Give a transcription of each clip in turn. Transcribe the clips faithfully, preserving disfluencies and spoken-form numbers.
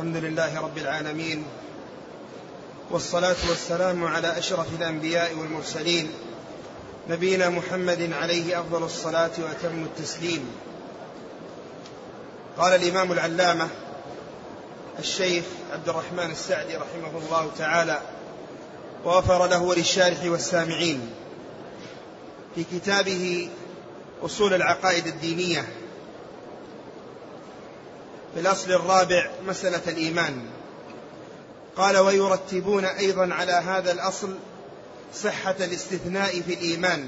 الحمد لله رب العالمين، والصلاة والسلام على أشرف الأنبياء والمرسلين، نبينا محمد عليه أفضل الصلاة وأتم التسليم. قال الإمام العلامة الشيخ عبد الرحمن السعدي رحمه الله تعالى وغفر له وللشارح والسامعين في كتابه أصول العقائد الدينية في الأصل الرابع مسألة الإيمان، قال: ويرتبون أيضا على هذا الأصل صحة الاستثناء في الإيمان،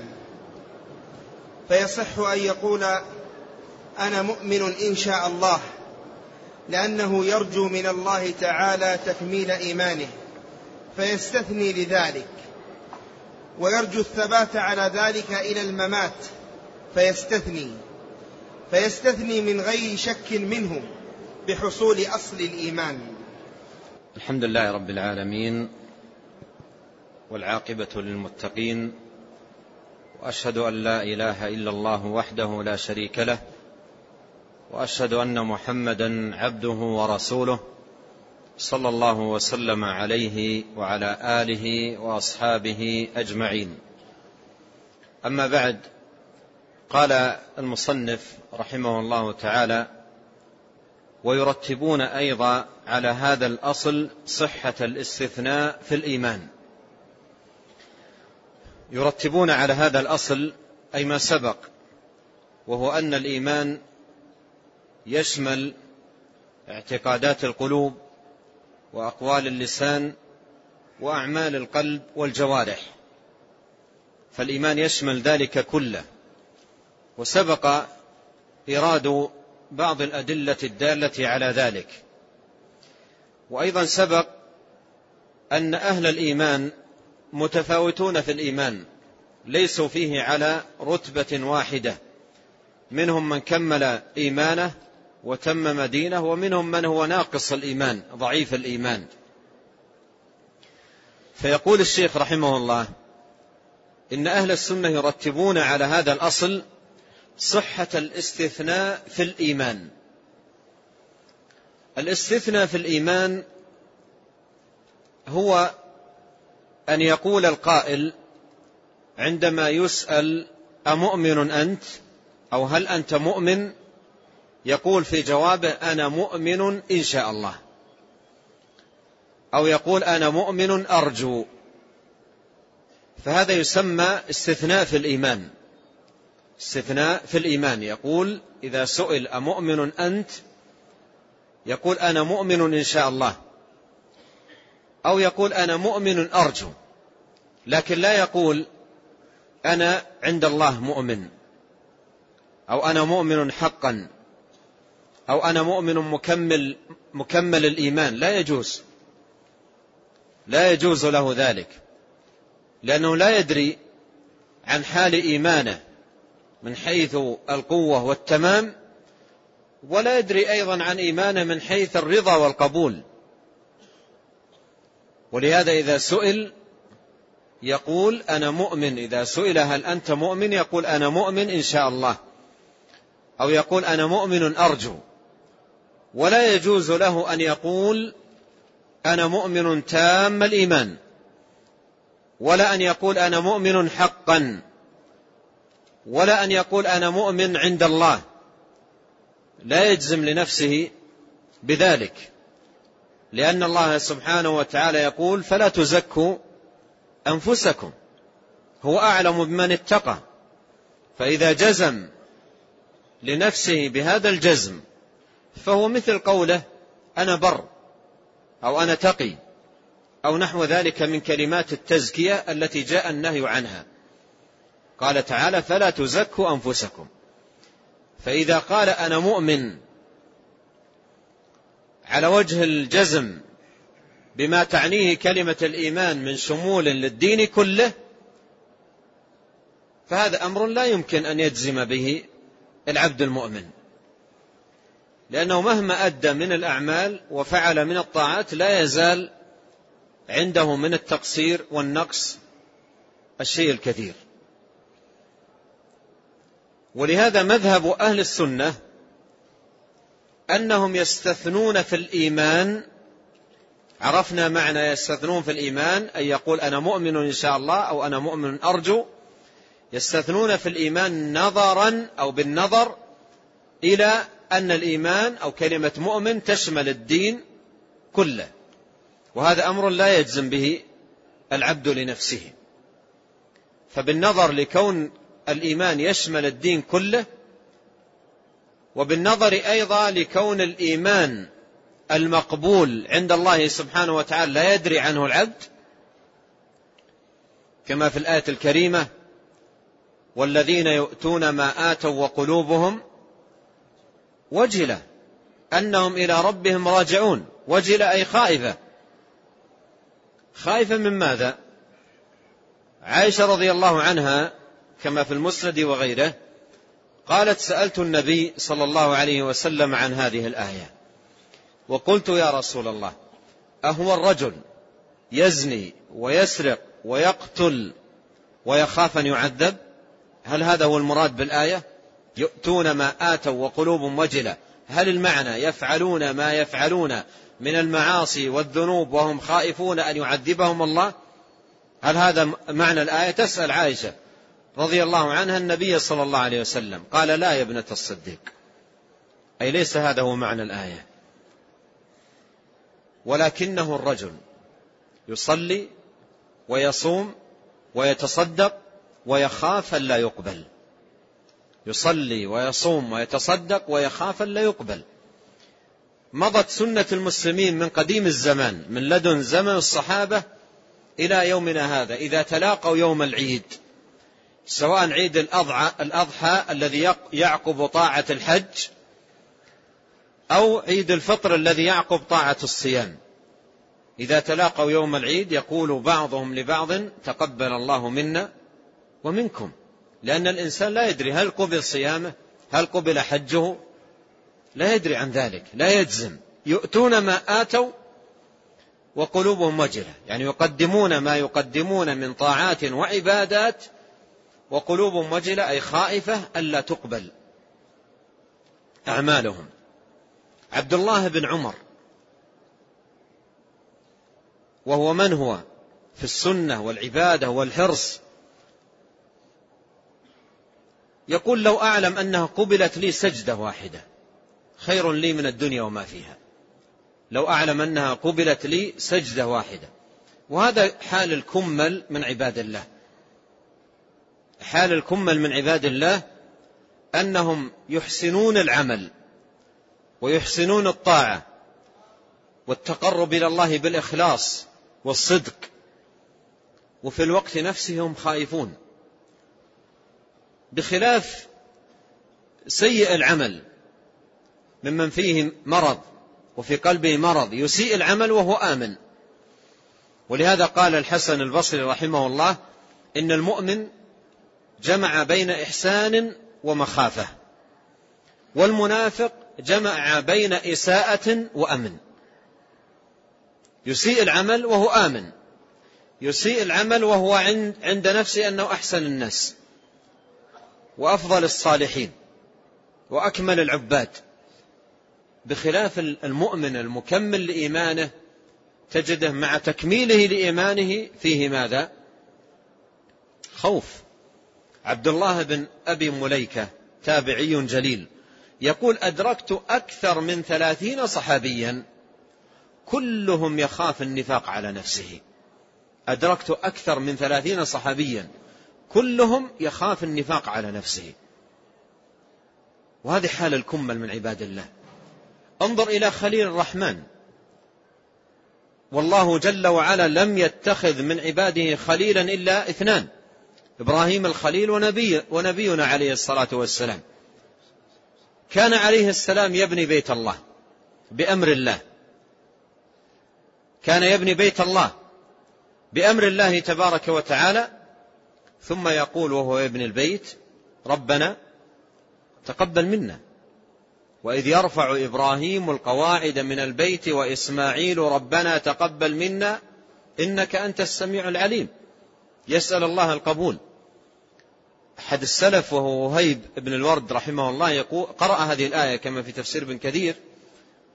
فيصح أن يقول أنا مؤمن إن شاء الله، لأنه يرجو من الله تعالى تكميل إيمانه فيستثني لذلك، ويرجو الثبات على ذلك إلى الممات فيستثني فيستثني من غير شك منه بحصول أصل الإيمان. الحمد لله رب العالمين، والعاقبة للمتقين، وأشهد أن لا إله إلا الله وحده لا شريك له، وأشهد أن محمدا عبده ورسوله، صلى الله وسلم عليه وعلى آله وأصحابه أجمعين. أما بعد، قال المصنف رحمه الله تعالى: ويرتبون أيضا على هذا الأصل صحة الاستثناء في الإيمان. يرتبون على هذا الأصل أي ما سبق، وهو أن الإيمان يشمل اعتقادات القلوب وأقوال اللسان وأعمال القلب والجوارح، فالإيمان يشمل ذلك كله. وسبق إيراد بعض الأدلة الدالة على ذلك، وأيضا سبق أن أهل الإيمان متفاوتون في الإيمان، ليسوا فيه على رتبة واحدة، منهم من كمل إيمانه وتمم دينه، ومنهم من هو ناقص الإيمان ضعيف الإيمان. فيقول الشيخ رحمه الله: إن أهل السنة يرتبون على هذا الأصل صحة الاستثناء في الإيمان. الاستثناء في الإيمان هو أن يقول القائل عندما يسأل أمؤمن أنت، أو هل أنت مؤمن، يقول في جوابه أنا مؤمن إن شاء الله، أو يقول أنا مؤمن أرجو. فهذا يسمى استثناء في الإيمان. استثناء في الإيمان، يقول إذا سئل أمؤمن أنت، يقول أنا مؤمن إن شاء الله، أو يقول أنا مؤمن أرجو، لكن لا يقول أنا عند الله مؤمن، أو أنا مؤمن حقا، أو أنا مؤمن مكمل مكمل الإيمان. لا يجوز لا يجوز له ذلك، لأنه لا يدري عن حال إيمانه من حيث القوة والتمام، ولا يدري أيضا عن إيمانه من حيث الرضا والقبول. ولهذا إذا سئل يقول أنا مؤمن، إذا سئل هل أنت مؤمن يقول أنا مؤمن إن شاء الله، أو يقول أنا مؤمن أرجو. ولا يجوز له أن يقول أنا مؤمن تام الإيمان، ولا أن يقول أنا مؤمن حقا، ولا أن يقول أنا مؤمن عند الله. لا يجزم لنفسه بذلك، لأن الله سبحانه وتعالى يقول فلا تزكوا أنفسكم، هو أعلم بمن اتقى. فإذا جزم لنفسه بهذا الجزم فهو مثل قوله أنا بر، أو أنا تقي، أو نحو ذلك من كلمات التزكية التي جاء النهي عنها. قال تعالى فلا تزكوا أنفسكم. فإذا قال أنا مؤمن على وجه الجزم بما تعنيه كلمة الإيمان من شمول للدين كله، فهذا أمر لا يمكن أن يجزم به العبد المؤمن، لأنه مهما أدى من الأعمال وفعل من الطاعات لا يزال عنده من التقصير والنقص الشيء الكثير. ولهذا مذهب أهل السنة أنهم يستثنون في الإيمان. عرفنا معنى يستثنون في الإيمان، أن يقول أنا مؤمن إن شاء الله أو أنا مؤمن أرجو. يستثنون في الإيمان نظرا أو بالنظر إلى أن الإيمان أو كلمة مؤمن تشمل الدين كله، وهذا أمر لا يجزم به العبد لنفسه. فبالنظر لكون الإيمان يشمل الدين كله، وبالنظر أيضا لكون الإيمان المقبول عند الله سبحانه وتعالى لا يدري عنه العبد، كما في الآية الكريمة والذين يؤتون ما آتوا وقلوبهم وجلة أنهم إلى ربهم راجعون. وجلة أي خائفة. خائفة من ماذا؟ عائشة رضي الله عنها كما في المسند وغيره قالت سألت النبي صلى الله عليه وسلم عن هذه الآية وقلت يا رسول الله أهو الرجل يزني ويسرق ويقتل ويخاف أن يعذب؟ هل هذا هو المراد بالآية؟ يؤتون ما آتوا وقلوبهم وجلة، هل المعنى يفعلون ما يفعلون من المعاصي والذنوب وهم خائفون أن يعذبهم الله؟ هل هذا معنى الآية؟ تسأل عائشة رضي الله عنها النبي صلى الله عليه وسلم، قال لا يا ابنة الصديق، أي ليس هذا هو معنى الآية، ولكنه الرجل يصلي ويصوم ويتصدق ويخاف ألا يقبل. يصلي ويصوم ويتصدق ويخاف ألا يقبل. مضت سنة المسلمين من قديم الزمان، من لدن زمن الصحابة إلى يومنا هذا، إذا تلاقوا يوم العيد، سواء عيد الأضحى الذي يعقب طاعة الحج أو عيد الفطر الذي يعقب طاعة الصيام، إذا تلاقوا يوم العيد يقول بعضهم لبعض تقبل الله منا ومنكم، لأن الإنسان لا يدري هل قبل صيامه هل قبل حجه، لا يدري عن ذلك، لا يجزم. يؤتون ما آتوا وقلوبهم وجلة، يعني يقدمون ما يقدمون من طاعات وعبادات وقلوبهم وجلة، أي خائفة ألا تقبل أعمالهم. عبد الله بن عمر وهو من هو في السنة والعبادة والحرص يقول لو أعلم أنها قبلت لي سجدة واحدة خير لي من الدنيا وما فيها. لو أعلم أنها قبلت لي سجدة واحدة. وهذا حال الكمل من عباد الله. حال الكمل من عباد الله أنهم يحسنون العمل ويحسنون الطاعة والتقرب إلى الله بالإخلاص والصدق، وفي الوقت نفسه هم خائفون، بخلاف سيء العمل ممن فيه مرض وفي قلبه مرض يسيء العمل وهو آمن. ولهذا قال الحسن البصري رحمه الله إن المؤمن جمع بين إحسان ومخافة، والمنافق جمع بين إساءة وأمن. يسيء العمل وهو آمن، يسيء العمل وهو عند نفسه أنه أحسن الناس وأفضل الصالحين وأكمل العباد، بخلاف المؤمن المكمل لإيمانه تجده مع تكميله لإيمانه فيه ماذا؟ خوف. عبد الله بن أبي مليكة تابعي جليل يقول أدركت أكثر من ثلاثين صحابيا كلهم يخاف النفاق على نفسه. أدركت أكثر من ثلاثين صحابيا كلهم يخاف النفاق على نفسه. وهذه حال الكمل من عباد الله. انظر إلى خليل الرحمن، والله جل وعلا لم يتخذ من عباده خليلا إلا اثنان، إبراهيم الخليل ونبي ونبينا عليه الصلاة والسلام. كان عليه السلام يبني بيت الله بأمر الله، كان يبني بيت الله بأمر الله تبارك وتعالى، ثم يقول وهو يبني البيت ربنا تقبل منا، وإذ يرفع إبراهيم القواعد من البيت وإسماعيل ربنا تقبل منا إنك أنت السميع العليم، يسأل الله القبول. أحد السلف وهو وهيب بن الورد رحمه الله يقول قرأ هذه الآية كما في تفسير ابن كثير،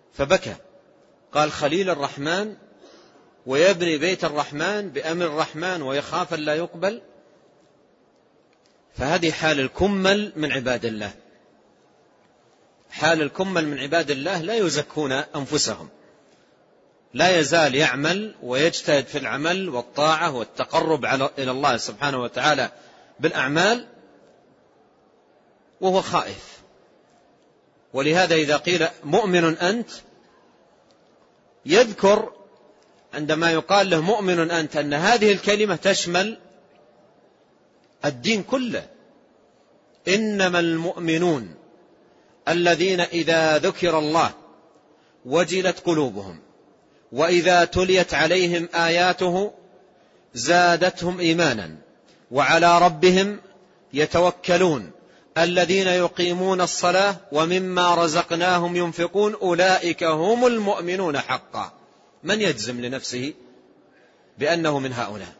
فبكى، قال خليل الرحمن ويبني بيت الرحمن بأمر الرحمن ويخاف أن لا يقبل. فهذه حال الكمل من عباد الله، حال الكمل من عباد الله لا يزكون أنفسهم، لا يزال يعمل ويجتهد في العمل والطاعة والتقرب إلى الله سبحانه وتعالى بالأعمال وهو خائف. ولهذا إذا قيل مؤمن أنت، يذكر عندما يقال له مؤمن أنت أن هذه الكلمة تشمل الدين كله. إنما المؤمنون الذين إذا ذكر الله وجلت قلوبهم وإذا تليت عليهم آياته زادتهم إيمانا وعلى ربهم يتوكلون الذين يقيمون الصلاة ومما رزقناهم ينفقون أولئك هم المؤمنون حقا. من يجزم لنفسه بأنه من هؤلاء؟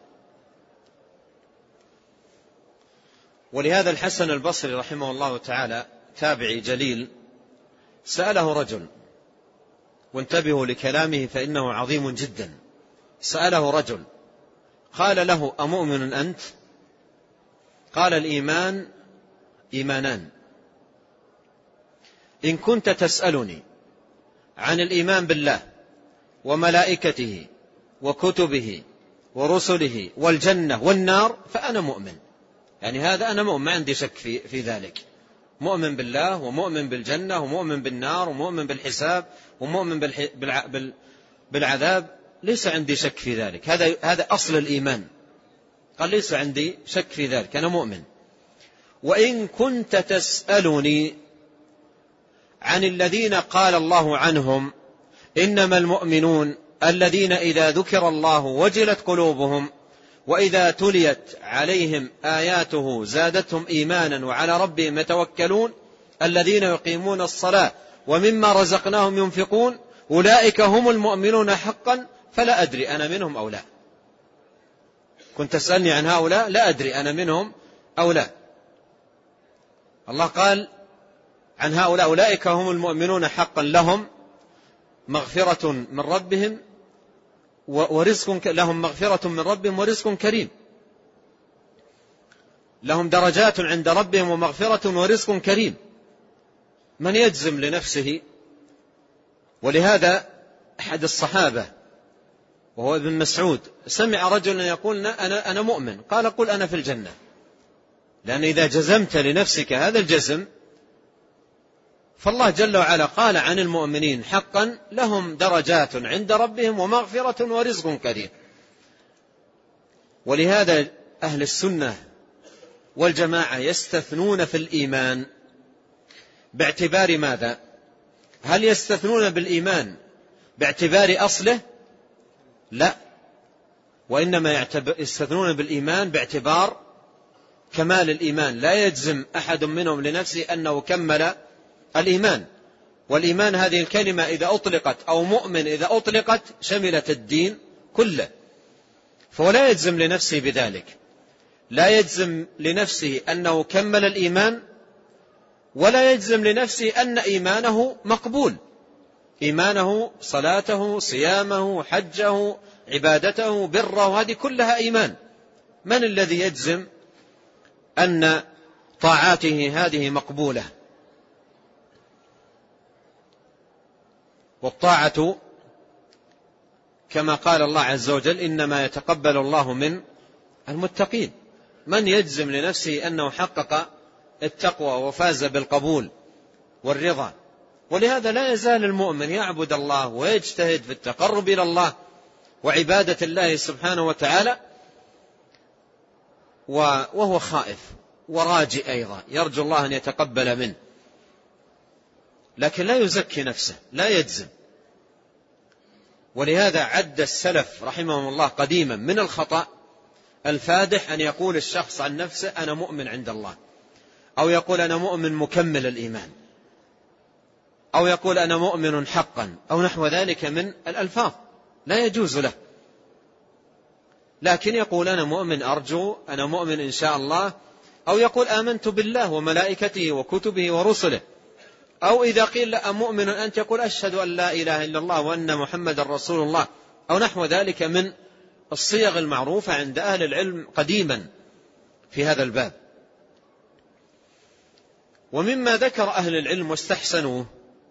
ولهذا الحسن البصري رحمه الله تعالى تابعي جليل سأله رجل، وانتبهوا لكلامه فإنه عظيم جدا. سأله رجل قال له أمؤمن أنت؟ قال الإيمان إيمانان، إن كنت تسألني عن الإيمان بالله وملائكته وكتبه ورسله والجنة والنار فأنا مؤمن. يعني هذا أنا مؤمن، ما عندي شك في, في ذلك. مؤمن بالله ومؤمن بالجنة ومؤمن بالنار ومؤمن بالحساب ومؤمن بالعذاب، ليس عندي شك في ذلك. هذا هذا أصل الإيمان. قال ليس عندي شك في ذلك، أنا مؤمن. وإن كنت تسألني عن الذين قال الله عنهم إنما المؤمنون الذين إذا ذكر الله وجلت قلوبهم وإذا تليت عليهم آياته زادتهم إيمانا وعلى ربهم يتوكلون الذين يقيمون الصلاة ومما رزقناهم ينفقون أولئك هم المؤمنون حقا، فلا أدري أنا منهم أو لا. كنت تسألني عن هؤلاء لا أدري أنا منهم أو لا. الله قال عن هؤلاء أولئك هم المؤمنون حقا لهم مغفرة من ربهم ورزق لهم مغفرة من ربهم ورزق كريم، لهم درجات عند ربهم ومغفرة ورزق كريم. من يجزم لنفسه؟ ولهذا أحد الصحابة وهو ابن مسعود سمع رجلا يقول أنا أنا مؤمن، قال قل أنا في الجنة. لأن إذا جزمت لنفسك هذا الجزم فالله جل وعلا قال عن المؤمنين حقا لهم درجات عند ربهم ومغفرة ورزق كريم. ولهذا أهل السنة والجماعة يستثنون في الإيمان باعتبار ماذا؟ هل يستثنون بالإيمان باعتبار أصله؟ لا، وإنما يستثنون بالإيمان باعتبار كمال الإيمان. لا يجزم أحد منهم لنفسه أنه كمل الإيمان. والإيمان هذه الكلمة إذا أطلقت أو مؤمن إذا أطلقت شملت الدين كله، فهو لا يجزم لنفسه بذلك. لا يجزم لنفسه أنه كمل الإيمان ولا يجزم لنفسه أن إيمانه مقبول. إيمانه صلاته صيامه حجه عبادته بره هذه كلها إيمان. من الذي يجزم أن طاعاته هذه مقبولة؟ والطاعة كما قال الله عز وجل إنما يتقبل الله من المتقين. من يجزم لنفسه أنه حقق التقوى وفاز بالقبول والرضا؟ ولهذا لا يزال المؤمن يعبد الله ويجتهد في التقرب إلى الله وعبادة الله سبحانه وتعالى وهو خائف وراجي أيضا، يرجو الله أن يتقبل منه، لكن لا يزكي نفسه، لا يجزم. ولهذا عد السلف رحمهم الله قديما من الخطأ الفادح أن يقول الشخص عن نفسه أنا مؤمن عند الله، أو يقول أنا مؤمن مكمل الإيمان، أو يقول أنا مؤمن حقا، أو نحو ذلك من الألفاظ، لا يجوز له. لكن يقول أنا مؤمن أرجو، أنا مؤمن إن شاء الله، أو يقول آمنت بالله وملائكته وكتبه ورسله، أو إذا قيل لا مؤمن أنت يقول أشهد أن لا إله إلا الله وأن محمد رسول الله، أو نحو ذلك من الصيغ المعروفة عند أهل العلم قديما في هذا الباب. ومما ذكر أهل العلم واستحسنوه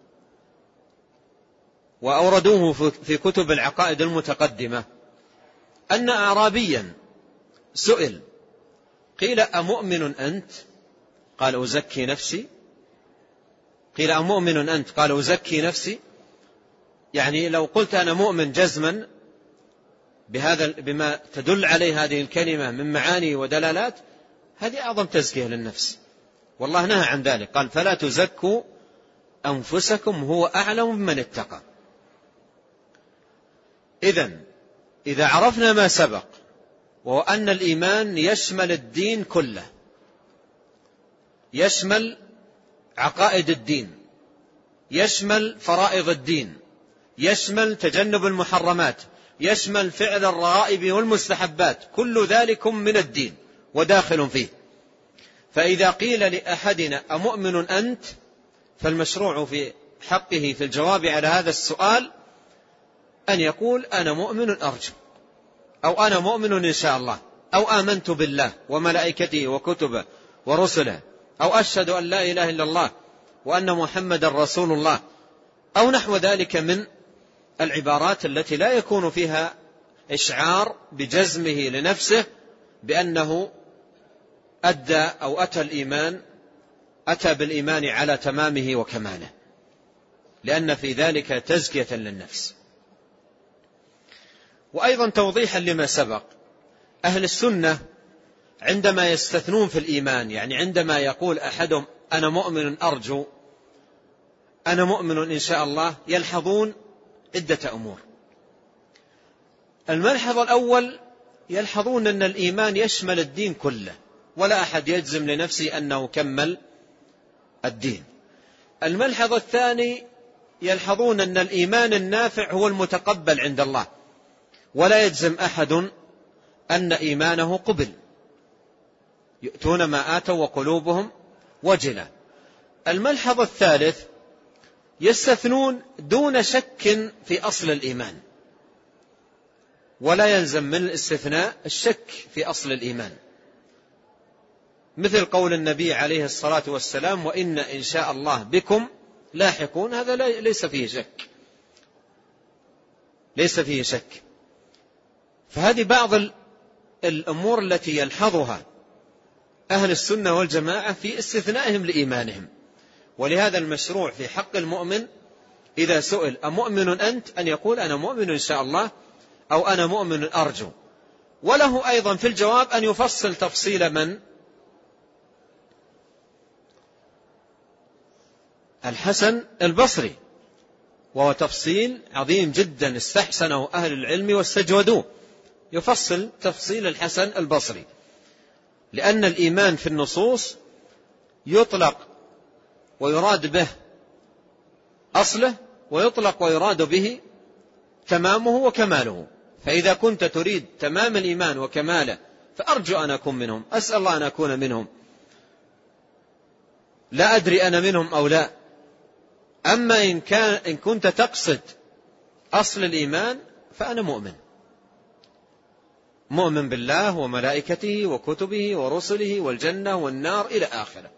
وأوردوه في كتب العقائد المتقدمة أن أعرابيا سئل قيل أمؤمن أنت؟ قال أزكي نفسي. قيل أمؤمن أنت؟ قال أزكي نفسي. يعني لو قلت أنا مؤمن جزما بهذا بما تدل عليه هذه الكلمة من معاني ودلالات، هذه أعظم تزكية للنفس، والله نهى عن ذلك، قال فلا تزكوا أنفسكم هو أعلم بمن اتقى. إذن إذا عرفنا ما سبق وهو أن الإيمان يشمل الدين كله، يشمل عقائد الدين، يشمل فرائض الدين، يشمل تجنب المحرمات، يشمل فعل الرغائب والمستحبات، كل ذلك من الدين وداخل فيه. فإذا قيل لأحدنا أمؤمن أنت؟ فالمشروع في حقه في الجواب على هذا السؤال أن يقول أنا مؤمن أرجو، أو أنا مؤمن إن شاء الله، أو آمنت بالله وملائكته وكتبه ورسله، أو أشهد أن لا إله إلا الله وأن محمد رسول الله، أو نحو ذلك من العبارات التي لا يكون فيها إشعار بجزمه لنفسه بأنه أدى أو أتى الإيمان أتى بالإيمان على تمامه وكماله، لأن في ذلك تزكية للنفس. وأيضا توضيحا لما سبق، أهل السنة عندما يستثنون في الإيمان، يعني عندما يقول أحدهم أنا مؤمن أرجو، أنا مؤمن إن شاء الله، يلحظون عدة أمور. الملحظ الأول يلحظون أن الإيمان يشمل الدين كله، ولا أحد يجزم لنفسه أنه كمل الدين. الملحظ الثاني يلحظون أن الإيمان النافع هو المتقبل عند الله، ولا يجزم أحد أن إيمانه قبل، يؤتون ما آتوا وقلوبهم وجلة. الملحظ الثالث يستثنون دون شك في أصل الإيمان، ولا يلزم من الاستثناء الشك في أصل الإيمان، مثل قول النبي عليه الصلاة والسلام وإن إن شاء الله بكم لاحقون، هذا ليس فيه شك، ليس فيه شك. فهذه بعض الأمور التي يلحظها أهل السنة والجماعة في استثنائهم لإيمانهم. ولهذا المشروع في حق المؤمن إذا سئل أمؤمن أنت؟ أن يقول أنا مؤمن إن شاء الله، أو أنا مؤمن أرجو. وله أيضا في الجواب أن يفصل تفصيل من؟ الحسن البصري، وهو تفصيل عظيم جدا استحسنه أهل العلم واستجودوه، يفصل تفصيل الحسن البصري، لأن الإيمان في النصوص يطلق ويراد به أصله، ويطلق ويراد به تمامه وكماله. فإذا كنت تريد تمام الإيمان وكماله فأرجو أن أكون منهم، أسأل الله أن أكون منهم، لا أدري أنا منهم أو لا. أما إن, كان إن كنت تقصد أصل الإيمان فأنا مؤمن، مؤمن بالله وملائكته وكتبه ورسله والجنة والنار إلى آخره.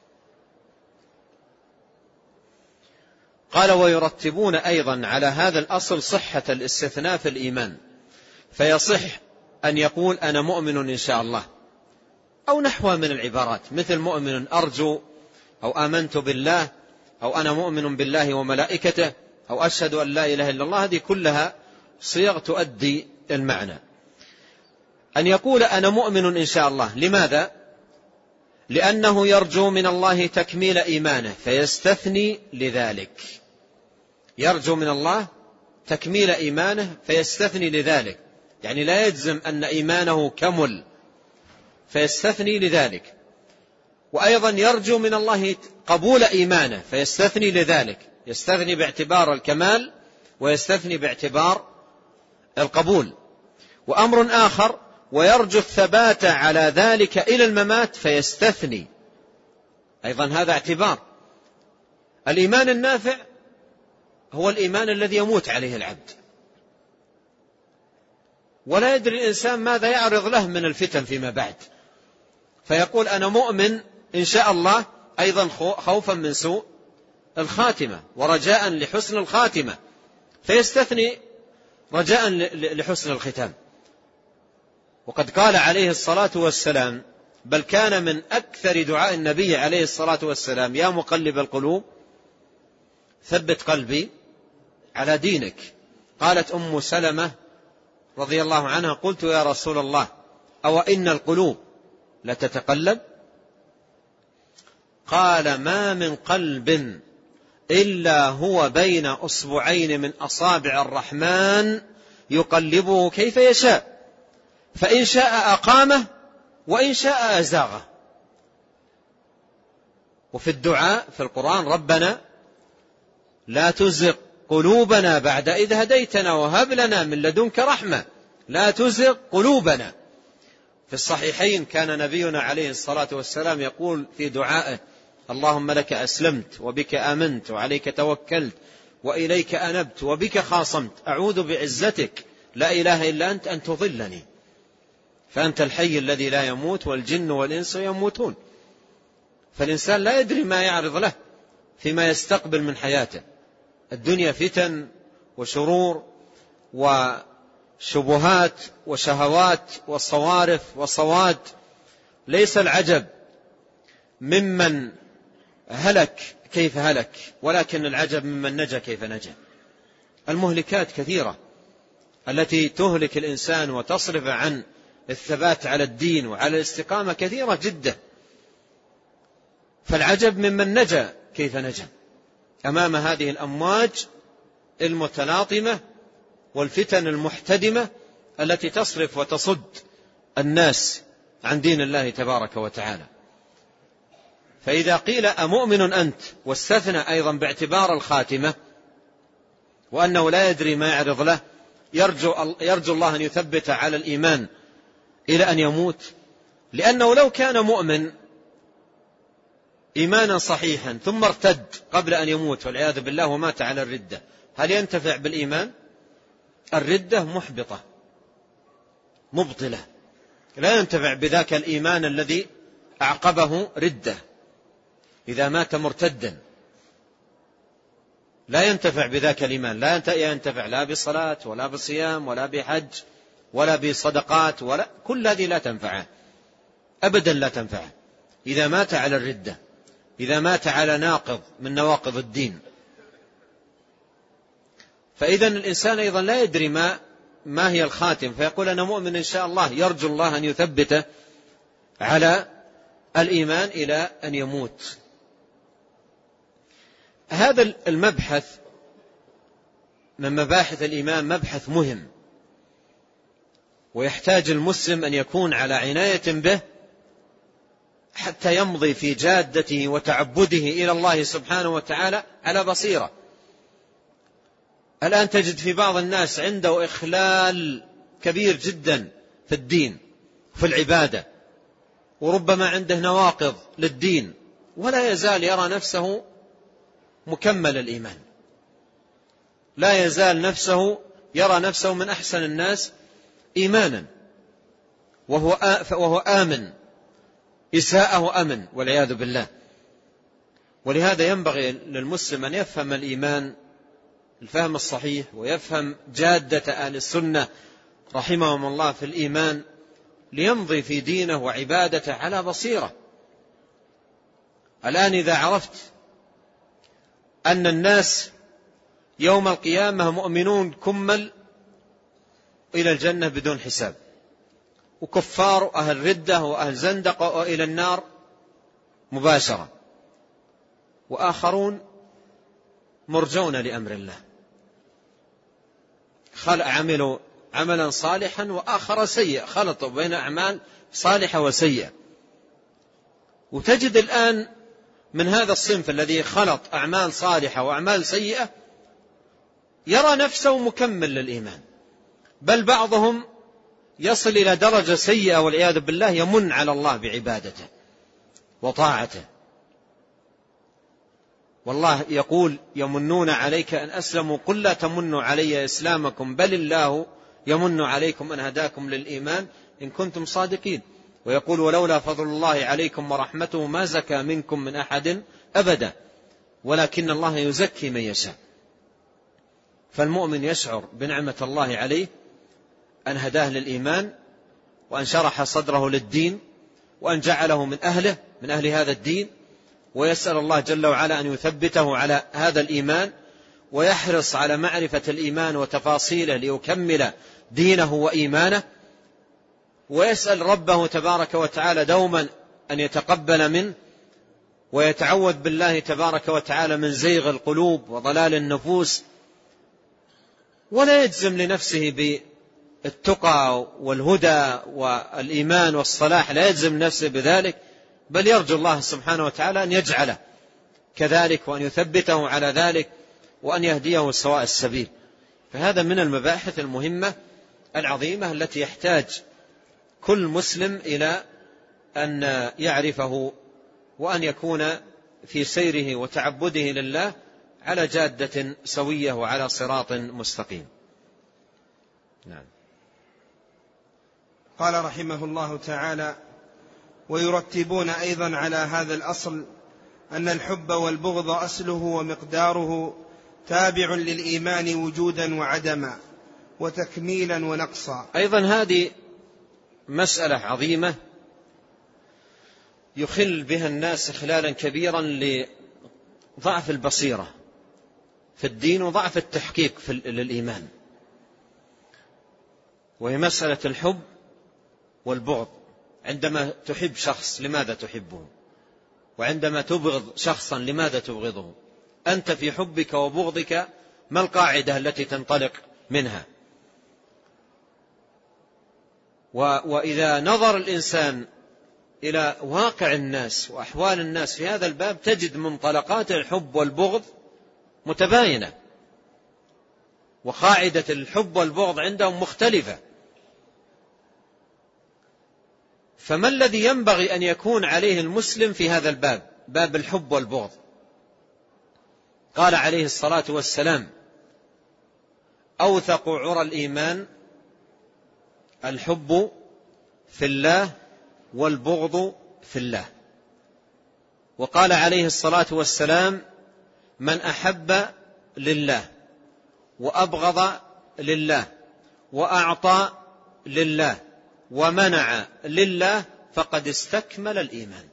قال ويرتبون أيضا على هذا الأصل صحة الاستثناء في الإيمان، فيصح أن يقول أنا مؤمن إن شاء الله، أو نحو من العبارات مثل مؤمن أرجو، أو آمنت بالله، أو أنا مؤمن بالله وملائكته، أو أشهد أن لا إله إلا الله. هذه كلها صيغ تؤدي المعنى. أن يقول أنا مؤمن إن شاء الله، لماذا؟ لأنه يرجو من الله تكميل إيمانه فيستثني لذلك، يرجو من الله تكميل إيمانه فيستثني لذلك، يعني لا يجزم أن إيمانه كمل فيستثني لذلك. وأيضا يرجو من الله قبول إيمانه فيستثني لذلك، يستثني باعتبار الكمال ويستثني باعتبار القبول. وأمر آخر ويرجو الثبات على ذلك إلى الممات فيستثني، أيضا هذا اعتبار. الإيمان النافع هو الإيمان الذي يموت عليه العبد، ولا يدري الإنسان ماذا يعرض له من الفتن فيما بعد، فيقول أنا مؤمن إن شاء الله، أيضا خوفا من سوء الخاتمة ورجاء لحسن الخاتمة، فيستثني رجاء لحسن الختام. وقد قال عليه الصلاة والسلام: بل كان من أكثر دعاء النبي عليه الصلاة والسلام: يا مقلب القلوب ثبت قلبي على دينك. قالت أم سلمة رضي الله عنها: قلت يا رسول الله أو إن القلوب لتتقلب؟ قال: ما من قلب إلا هو بين أصبعين من أصابع الرحمن يقلبه كيف يشاء، فإن شاء أقامه وإن شاء أزاغه. وفي الدعاء في القرآن: ربنا لا تزغ قلوبنا بعد إذ هديتنا وهب لنا من لدنك رحمة لا تزغ قلوبنا. في الصحيحين كان نبينا عليه الصلاة والسلام يقول في دعائه: اللهم لك أسلمت وبك آمنت وعليك توكلت وإليك أنبت وبك خاصمت أعوذ بعزتك لا إله إلا أنت أن تضلني، فأنت الحي الذي لا يموت والجن والإنس يموتون. فالإنسان لا يدري ما يعرض له فيما يستقبل من حياته. الدنيا فتن وشرور وشبهات وشهوات وصوارف وصواد. ليس العجب ممن هلك كيف هلك، ولكن العجب ممن نجا كيف نجا. المهلكات كثيرة التي تهلك الإنسان وتصرف عن الثبات على الدين وعلى الاستقامة كثيرة جدا، فالعجب ممن نجا كيف نجا أمام هذه الأمواج المتلاطمة والفتن المحتدمة التي تصرف وتصد الناس عن دين الله تبارك وتعالى. فإذا قيل أمؤمن أنت، واستثنى أيضا باعتبار الخاتمة وأنه لا يدري ما يعرض له، يرجو, يرجو الله أن يثبت على الإيمان إلى أن يموت، لأنه لو كان مؤمن إيمانا صحيحا ثم ارتد قبل أن يموت والعياذ بالله ومات على الردة، هل ينتفع بالإيمان؟ الردة محبطة مبطلة، لا ينتفع بذاك الإيمان الذي أعقبه ردة. إذا مات مرتدا لا ينتفع بذاك الإيمان، لا ينتفع لا بصلاة ولا بصيام ولا بحج ولا بصدقات، ولا كل هذه لا تنفعه أبدا، لا تنفعه إذا مات على الردة، إذا مات على ناقض من نواقض الدين. فإذا الإنسان أيضا لا يدري ما, ما هي الخاتم، فيقول أنا مؤمن إن شاء الله، يرجو الله أن يثبته على الإيمان إلى أن يموت. هذا المبحث من مباحث الإيمان مبحث مهم، ويحتاج المسلم أن يكون على عناية به حتى يمضي في جادته وتعبده إلى الله سبحانه وتعالى على بصيرة. الآن تجد في بعض الناس عنده إخلال كبير جدا في الدين وفي العبادة، وربما عنده نواقض للدين، ولا يزال يرى نفسه مكمل الإيمان، لا يزال نفسه يرى نفسه من أحسن الناس إيمانا، وهو وهو آمن إساءه أمن والعياذ بالله. ولهذا ينبغي للمسلم أن يفهم الإيمان الفهم الصحيح، ويفهم جادة أهل السنة رحمهم الله في الإيمان، ليمضي في دينه وعبادته على بصيرة. الآن إذا عرفت أن الناس يوم القيامة مؤمنون كمل إلى الجنة بدون حساب، وكفار وأهل ردة وأهل زندقة وإلى النار مباشرة، وآخرون مرجون لأمر الله، خلق عملوا عملا صالحا وآخر سيء، خلطوا بين أعمال صالحة وسيئة. وتجد الآن من هذا الصنف الذي خلط أعمال صالحة وأعمال سيئة يرى نفسه مكمل للإيمان، بل بعضهم يصل إلى درجة سيئة والعياذ بالله، يمن على الله بعبادته وطاعته. والله يقول يمنون عليك أن أسلموا قل لا تمنوا علي إسلامكم بل الله يمن عليكم أن هداكم للإيمان إن كنتم صادقين. ويقول ولولا فضل الله عليكم ورحمته ما زكى منكم من أحد أبدا ولكن الله يزكي من يشاء. فالمؤمن يشعر بنعمة الله عليه أن هداه للإيمان وأن شرح صدره للدين وأن جعله من أهله من أهل هذا الدين، ويسأل الله جل وعلا أن يثبته على هذا الإيمان ويحرص على معرفة الإيمان وتفاصيله ليكمل دينه وإيمانه، ويسأل ربه تبارك وتعالى دوما أن يتقبل منه ويتعوذ بالله تبارك وتعالى من زيغ القلوب وضلال النفوس، ولا يجزم لنفسه بالتقى والهدى والإيمان والصلاح، لا يجزم نفسه بذلك، بل يرجو الله سبحانه وتعالى أن يجعله كذلك وأن يثبته على ذلك وأن يهديه سواء السبيل. فهذا من المباحث المهمة العظيمة التي يحتاج كل مسلم إلى أن يعرفه وأن يكون في سيره وتعبده لله على جادة سوية وعلى صراط مستقيم. نعم. قال رحمه الله تعالى: ويرتبون أيضا على هذا الأصل أن الحب والبغض أصله ومقداره تابع للإيمان وجودا وعدما وتكميلا ونقصا. أيضا هذه مسألة عظيمة يخل بها الناس إخلالا كبيرا لضعف البصيرة في الدين وضعف التحقيق للإيمان، وهي مسألة الحب والبغض. عندما تحب شخص لماذا تحبه؟ وعندما تبغض شخصا لماذا تبغضه؟ أنت في حبك وبغضك ما القاعدة التي تنطلق منها؟ وإذا نظر الإنسان إلى واقع الناس وأحوال الناس في هذا الباب تجد منطلقات الحب والبغض متباينة، وقاعدة الحب والبغض عندهم مختلفة. فما الذي ينبغي أن يكون عليه المسلم في هذا الباب، باب الحب والبغض؟ قال عليه الصلاة والسلام: أوثق عرى الإيمان الحب في الله والبغض في الله. وقال عليه الصلاة والسلام: من أحب لله وأبغض لله وأعطى لله ومنع لله فقد استكمل الإيمان.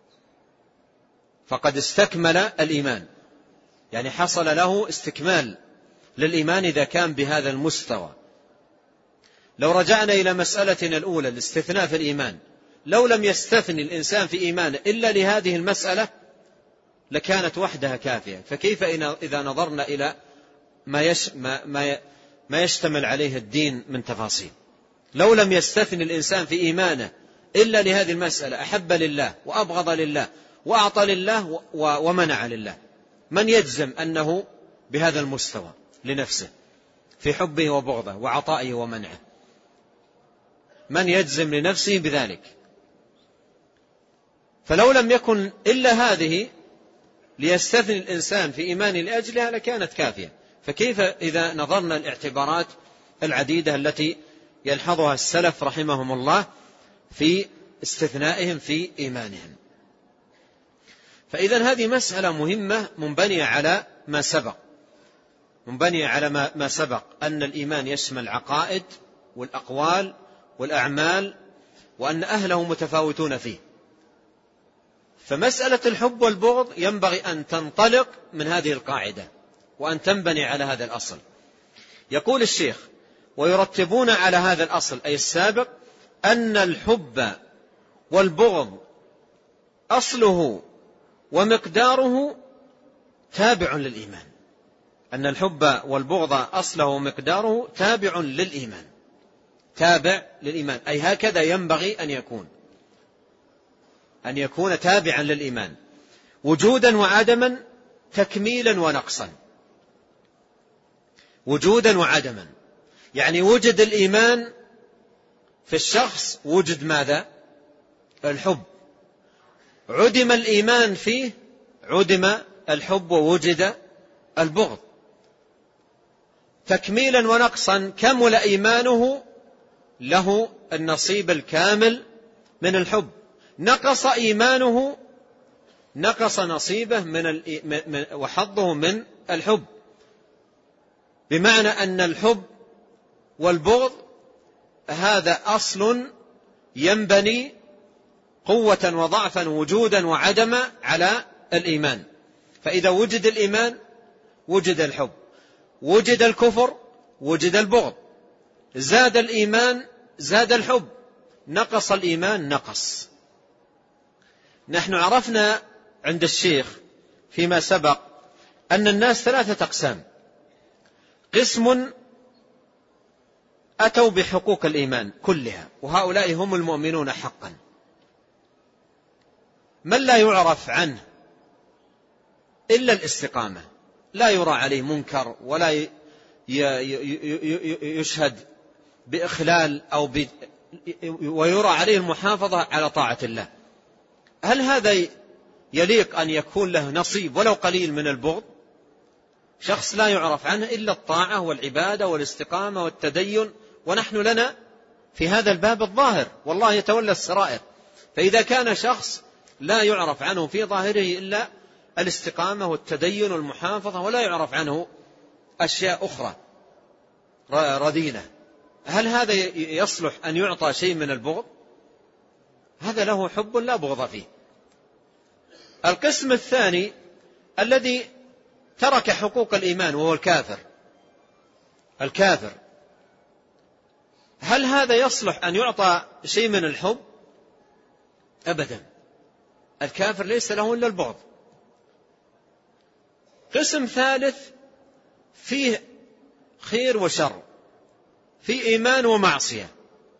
فقد استكمل الإيمان، يعني حصل له استكمال للإيمان إذا كان بهذا المستوى. لو رجعنا إلى مسألتنا الأولى الاستثناء في الإيمان، لو لم يستثني الإنسان في إيمانه إلا لهذه المسألة لكانت وحدها كافية، فكيف إذا نظرنا إلى ما, يش ما, ما, ما يشتمل عليه الدين من تفاصيل؟ لو لم يستثني الإنسان في إيمانه إلا لهذه المسألة، أحب لله وأبغض لله وأعطى لله ومنع لله، من يجزم أنه بهذا المستوى لنفسه في حبه وبغضه وعطائه ومنعه؟ من يجزم لنفسه بذلك؟ فلو لم يكن إلا هذه ليستثني الإنسان في إيمانه لأجلها لكانت كافية، فكيف إذا نظرنا الاعتبارات العديدة التي يلحظها السلف رحمهم الله في استثنائهم في إيمانهم؟ فإذا هذه مسألة مهمة منبنية على ما سبق، منبنية على ما سبق أن الإيمان يشمل العقائد والأقوال والأعمال، وأن أهله متفاوتون فيه. فمسألة الحب والبغض ينبغي أن تنطلق من هذه القاعدة وأن تنبني على هذا الأصل. يقول الشيخ: ويرتبون على هذا الأصل أي السابق أن الحب والبغض أصله ومقداره تابع للإيمان. أن الحب والبغض أصله ومقداره تابع للإيمان، تابع للإيمان، أي هكذا ينبغي أن يكون، أن يكون تابعا للإيمان وجودا وعدما، تكميلا ونقصا. وجودا وعدما يعني وجد الإيمان في الشخص، وجد ماذا؟ الحب. عدم الإيمان فيه، عدم الحب ووجد البغض. تكميلا ونقصا، كمل إيمانه له النصيب الكامل من الحب، نقص إيمانه نقص نصيبه من وحظه من الحب، بمعنى أن الحب والبغض هذا أصل ينبني قوة وضعفا وجودا وعدما على الإيمان. فإذا وجد الإيمان وجد الحب، وجد الكفر وجد البغض، زاد الإيمان زاد الحب، نقص الإيمان نقص. نحن عرفنا عند الشيخ فيما سبق أن الناس ثلاثة أقسام: قسم أتوا بحقوق الإيمان كلها، وهؤلاء هم المؤمنون حقا، من لا يعرف عنه إلا الاستقامة، لا يرى عليه منكر ولا يشهد بإخلال أو ب... ويرى عليه المحافظة على طاعة الله. هل هذا يليق أن يكون له نصيب ولو قليل من البغض؟ شخص لا يعرف عنه إلا الطاعة والعبادة والاستقامة والتدين، ونحن لنا في هذا الباب الظاهر، والله يتولى السرائر. فإذا كان شخص لا يعرف عنه في ظاهره إلا الاستقامة والتدين والمحافظة، ولا يعرف عنه أشياء أخرى رذيلة، هل هذا يصلح أن يعطى شيء من البغض؟ هذا له حب لا بغض فيه. القسم الثاني الذي ترك حقوق الإيمان وهو الكافر الكافر هل هذا يصلح أن يعطى شيء من الحب؟ أبدا، الكافر ليس له إلا البغض. قسم ثالث فيه خير وشر، في إيمان ومعصية،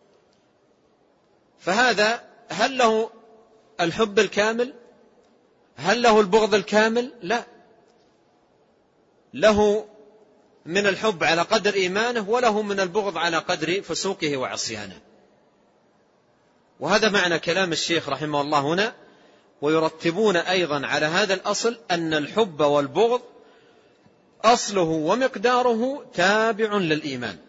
فهذا هل له الحب الكامل؟ هل له البغض الكامل؟ لا، له من الحب على قدر إيمانه، وله من البغض على قدر فسوقه وعصيانه. وهذا معنى كلام الشيخ رحمه الله هنا: ويرتبون أيضا على هذا الأصل أن الحب والبغض أصله ومقداره تابع للإيمان.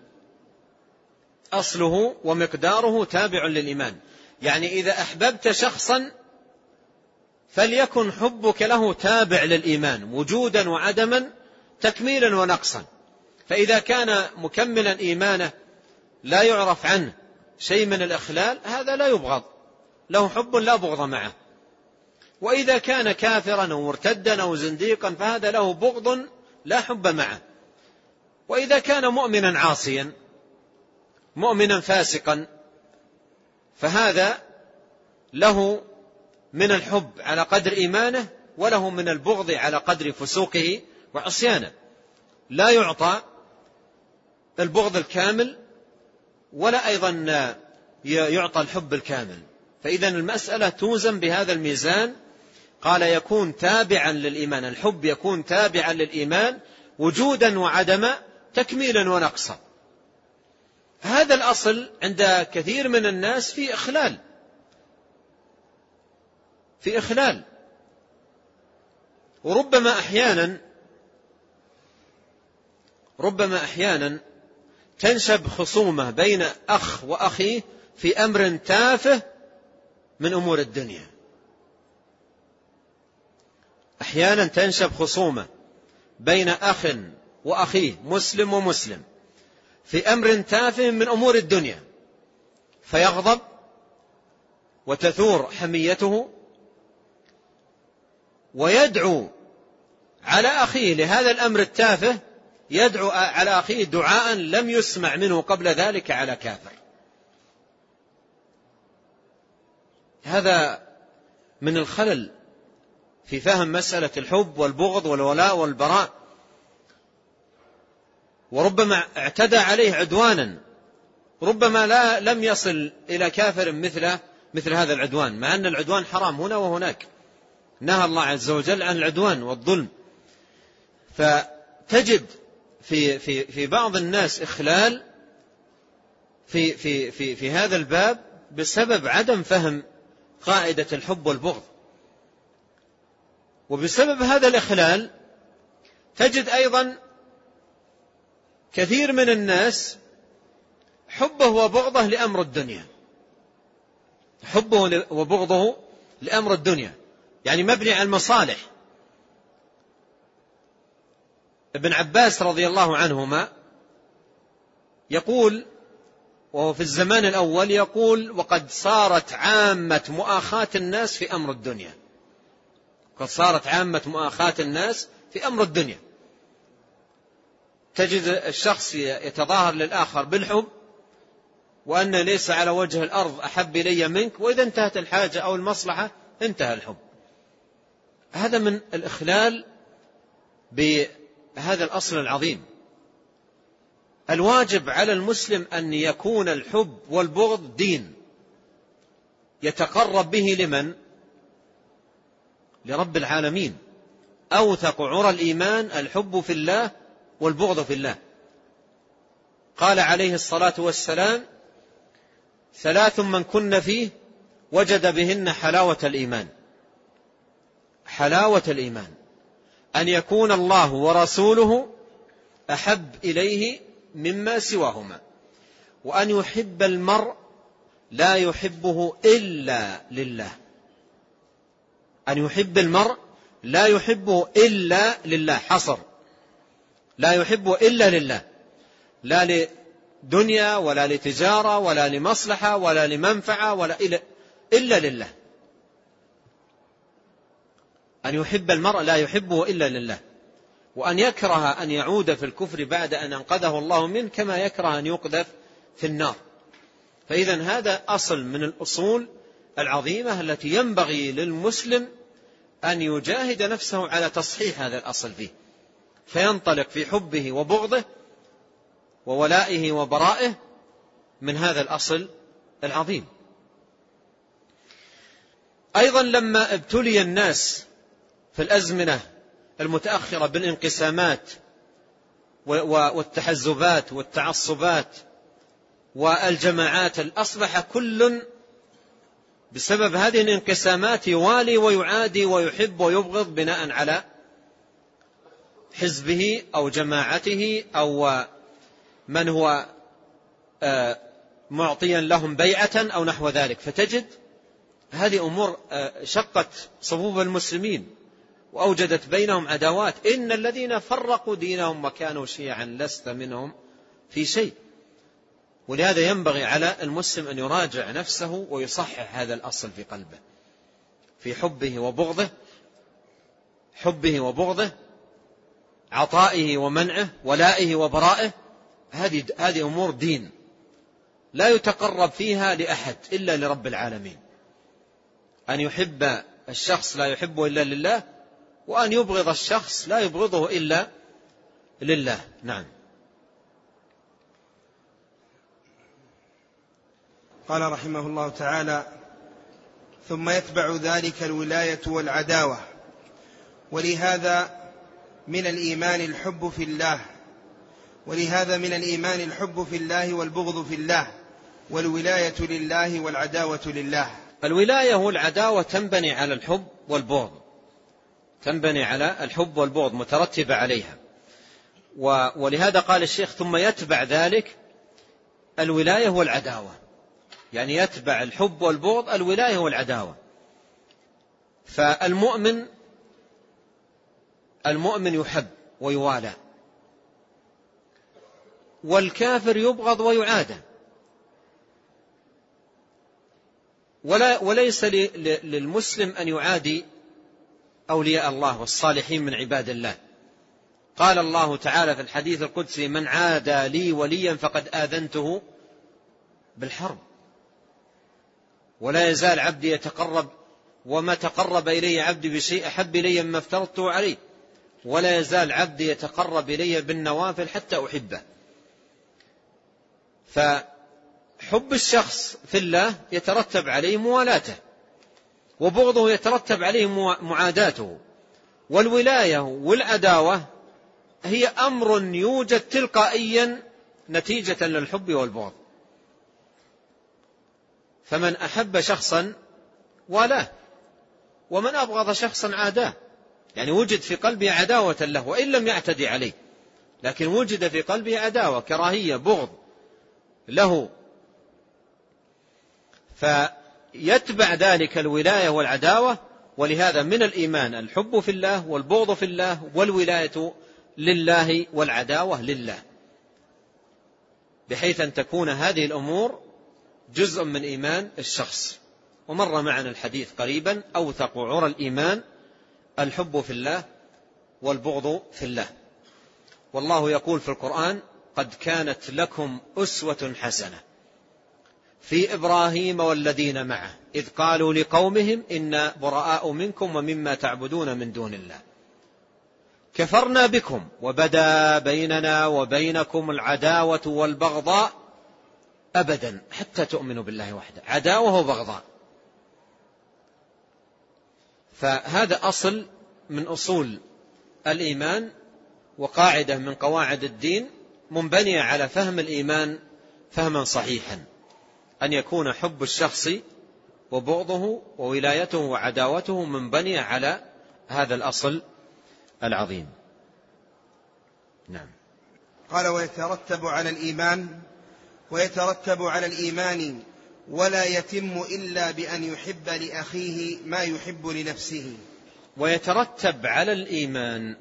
أصله ومقداره تابع للإيمان، يعني إذا أحببت شخصا فليكن حبك له تابع للإيمان وجودا وعدما، تكميلا ونقصا. فإذا كان مكملا إيمانه لا يعرف عنه شيء من الإخلال، هذا لا يبغض، له حب لا بغض معه. وإذا كان كافرا أو مرتدا أو زنديقا فهذا له بغض لا حب معه. وإذا كان مؤمنا عاصيا مؤمنا فاسقا فهذا له من الحب على قدر إيمانه، وله من البغض على قدر فسوقه وعصيانه. لا يعطى البغض الكامل ولا أيضا يعطى الحب الكامل. فإذا المسألة توزن بهذا الميزان. قال يكون تابعا للإيمان، الحب يكون تابعا للإيمان وجودا وعدما، تكميلا ونقصا. هذا الأصل عند كثير من الناس في إخلال في إخلال وربما أحيانا ربما أحيانا تنشب خصومة بين أخ وأخيه في أمر تافه من أمور الدنيا. أحيانا تنشب خصومة بين أخ وأخيه مسلم ومسلم في أمر تافه من أمور الدنيا، فيغضب وتثور حميته ويدعو على أخيه لهذا الأمر التافه، يدعو على أخيه دعاء لم يسمع منه قبل ذلك على كافر. هذا من الخلل في فهم مسألة الحب والبغض والولاء والبراء، وربما اعتدى عليه عدوانا، ربما لا لم يصل إلى كافر مثل مثل هذا العدوان، مع أن العدوان حرام هنا وهناك، نهى الله عز وجل عن العدوان والظلم. فتجد في في في بعض الناس إخلال في في في في هذا الباب بسبب عدم فهم قاعدة الحب والبغض. وبسبب هذا الإخلال تجد أيضا كثير من الناس حبه وبغضه لأمر الدنيا، حبه وبغضه لأمر الدنيا، يعني مبني على المصالح. ابن عباس رضي الله عنهما يقول، وهو في الزمان الأول، يقول: وقد صارت عامة مؤاخاة الناس في أمر الدنيا، قد صارت عامة مؤاخاة الناس في أمر الدنيا. تجد الشخص يتظاهر للآخر بالحب، وأن ليس على وجه الأرض أحب إلي منك، وإذا انتهت الحاجة أو المصلحة انتهى الحب. هذا من الإخلال بهذا الأصل العظيم. الواجب على المسلم أن يكون الحب والبغض دين يتقرب به لمن؟ لرب العالمين. أوثق عرى الإيمان الحب في الله والبغض في الله. قال عليه الصلاة والسلام: ثلاث من كن فيه وجد بهن حلاوة الإيمان. حلاوة الإيمان أن يكون الله ورسوله أحب إليه مما سواهما، وأن يحب المرء لا يحبه إلا لله. أن يحب المرء لا يحبه إلا لله، حصر، لا يحبه إلا لله، لا لدنيا ولا لتجارة ولا لمصلحة ولا لمنفعة ولا إلا, إلا لله. أن يحب المرء لا يحبه إلا لله، وأن يكره أن يعود في الكفر بعد أن أنقذه الله منه، كما يكره أن يقذف في النار. فإذا هذا أصل من الأصول العظيمة التي ينبغي للمسلم أن يجاهد نفسه على تصحيح هذا الأصل فيه، فينطلق في حبه وبغضه وولائه وبرائه من هذا الأصل العظيم. أيضا لما ابتلي الناس في الأزمنة المتأخرة بالانقسامات والتحزبات والتعصبات والجماعات، أصبح كل بسبب هذه الانقسامات يوالي ويعادي ويحب ويبغض بناء على حزبه أو جماعته أو من هو معطيا لهم بيعة أو نحو ذلك. فتجد هذه أمور شقت صفوف المسلمين وأوجدت بينهم عداوات. إن الذين فرقوا دينهم وكانوا شيعا لست منهم في شيء. ولهذا ينبغي على المسلم أن يراجع نفسه ويصحح هذا الأصل في قلبه، في حبه وبغضه، حبه وبغضه، عطائه ومنعه، ولائه وبرائه. هذه هذه أمور دين لا يتقرب فيها لأحد إلا لرب العالمين. أن يحب الشخص لا يحبه إلا لله، وأن يبغض الشخص لا يبغضه إلا لله. نعم. قال رحمه الله تعالى: ثم يتبع ذلك الولاية والعداوة، ولهذا من الإيمان الحب في الله ولهذا من الإيمان الحب في الله والبغض في الله، والولاية لله والعداوة لله. الولاية والعداوة تنبني على الحب والبغض، تنبني على الحب والبغض مترتبة عليها. ولهذا قال الشيخ: ثم يتبع ذلك الولاية والعداوة، يعني يتبع الحب والبغض الولاية والعداوة. فالمؤمن المؤمن يحب ويوالى، والكافر يبغض ويعادى. ولا وليس للمسلم أن يعادي أولياء الله والصالحين من عباد الله. قال الله تعالى في الحديث القدسي: من عادى لي وليا فقد آذنته بالحرب. ولا يزال عبدي يتقرب، وما تقرب إلي عبدي بشيء أحب إلي مما افترضته عليه، ولا يزال عبدي يتقرب إلي بالنوافل حتى أحبه. فحب الشخص في الله يترتب عليه موالاته، وبغضه يترتب عليه معاداته. والولاية والعداوة هي أمر يوجد تلقائيا نتيجة للحب والبغض. فمن أحب شخصا والاه، ومن أبغض شخصا عاداه. يعني وجد في قلبه عداوة له وإن لم يعتدي عليه، لكن وجد في قلبه عداوة، كراهية، بغض له، فيتبع ذلك الولاية والعداوة. ولهذا من الإيمان الحب في الله والبغض في الله والولاية لله والعداوة لله، بحيث أن تكون هذه الأمور جزء من إيمان الشخص. ومر معنا الحديث قريبا: أوثق عرى الإيمان الحب في الله والبغض في الله. والله يقول في القرآن: قد كانت لكم أسوة حسنة في إبراهيم والذين معه إذ قالوا لقومهم إنا براء منكم ومما تعبدون من دون الله كفرنا بكم وبدا بيننا وبينكم العداوة والبغضاء أبدا حتى تؤمنوا بالله وحده. عداوة وبغضاء. فهذا أصل من أصول الإيمان وقاعدة من قواعد الدين منبنية على فهم الإيمان فهما صحيحا، أن يكون حب الشخص وبغضه وولايته وعداوته منبنية على هذا الأصل العظيم. نعم. قال: ويترتب على الإيمان ويترتب على الإيمان ولا يتم إلا بأن يحب لأخيه ما يحب لنفسه. ويترتب على الإيمان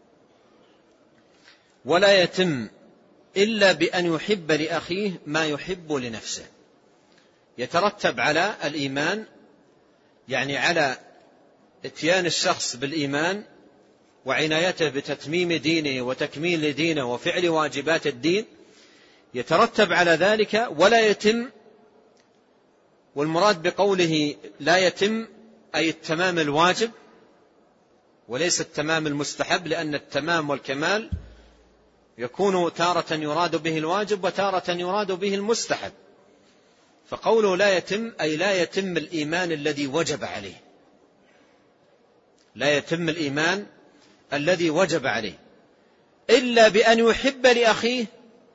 ولا يتم إلا بأن يحب لأخيه ما يحب لنفسه. يترتب على الإيمان يعني على اتيان الشخص بالإيمان وعنايته بتتميم دينه وتكميل دينه وفعل واجبات الدين، يترتب على ذلك ولا يتم. والمراد بقوله لا يتم أي التمام الواجب وليس التمام المستحب، لأن التمام والكمال يكون تارة يراد به الواجب وتارة يراد به المستحب. فقوله لا يتم أي لا يتم الإيمان الذي وجب عليه، لا يتم الإيمان الذي وجب عليه إلا بأن يحب لأخيه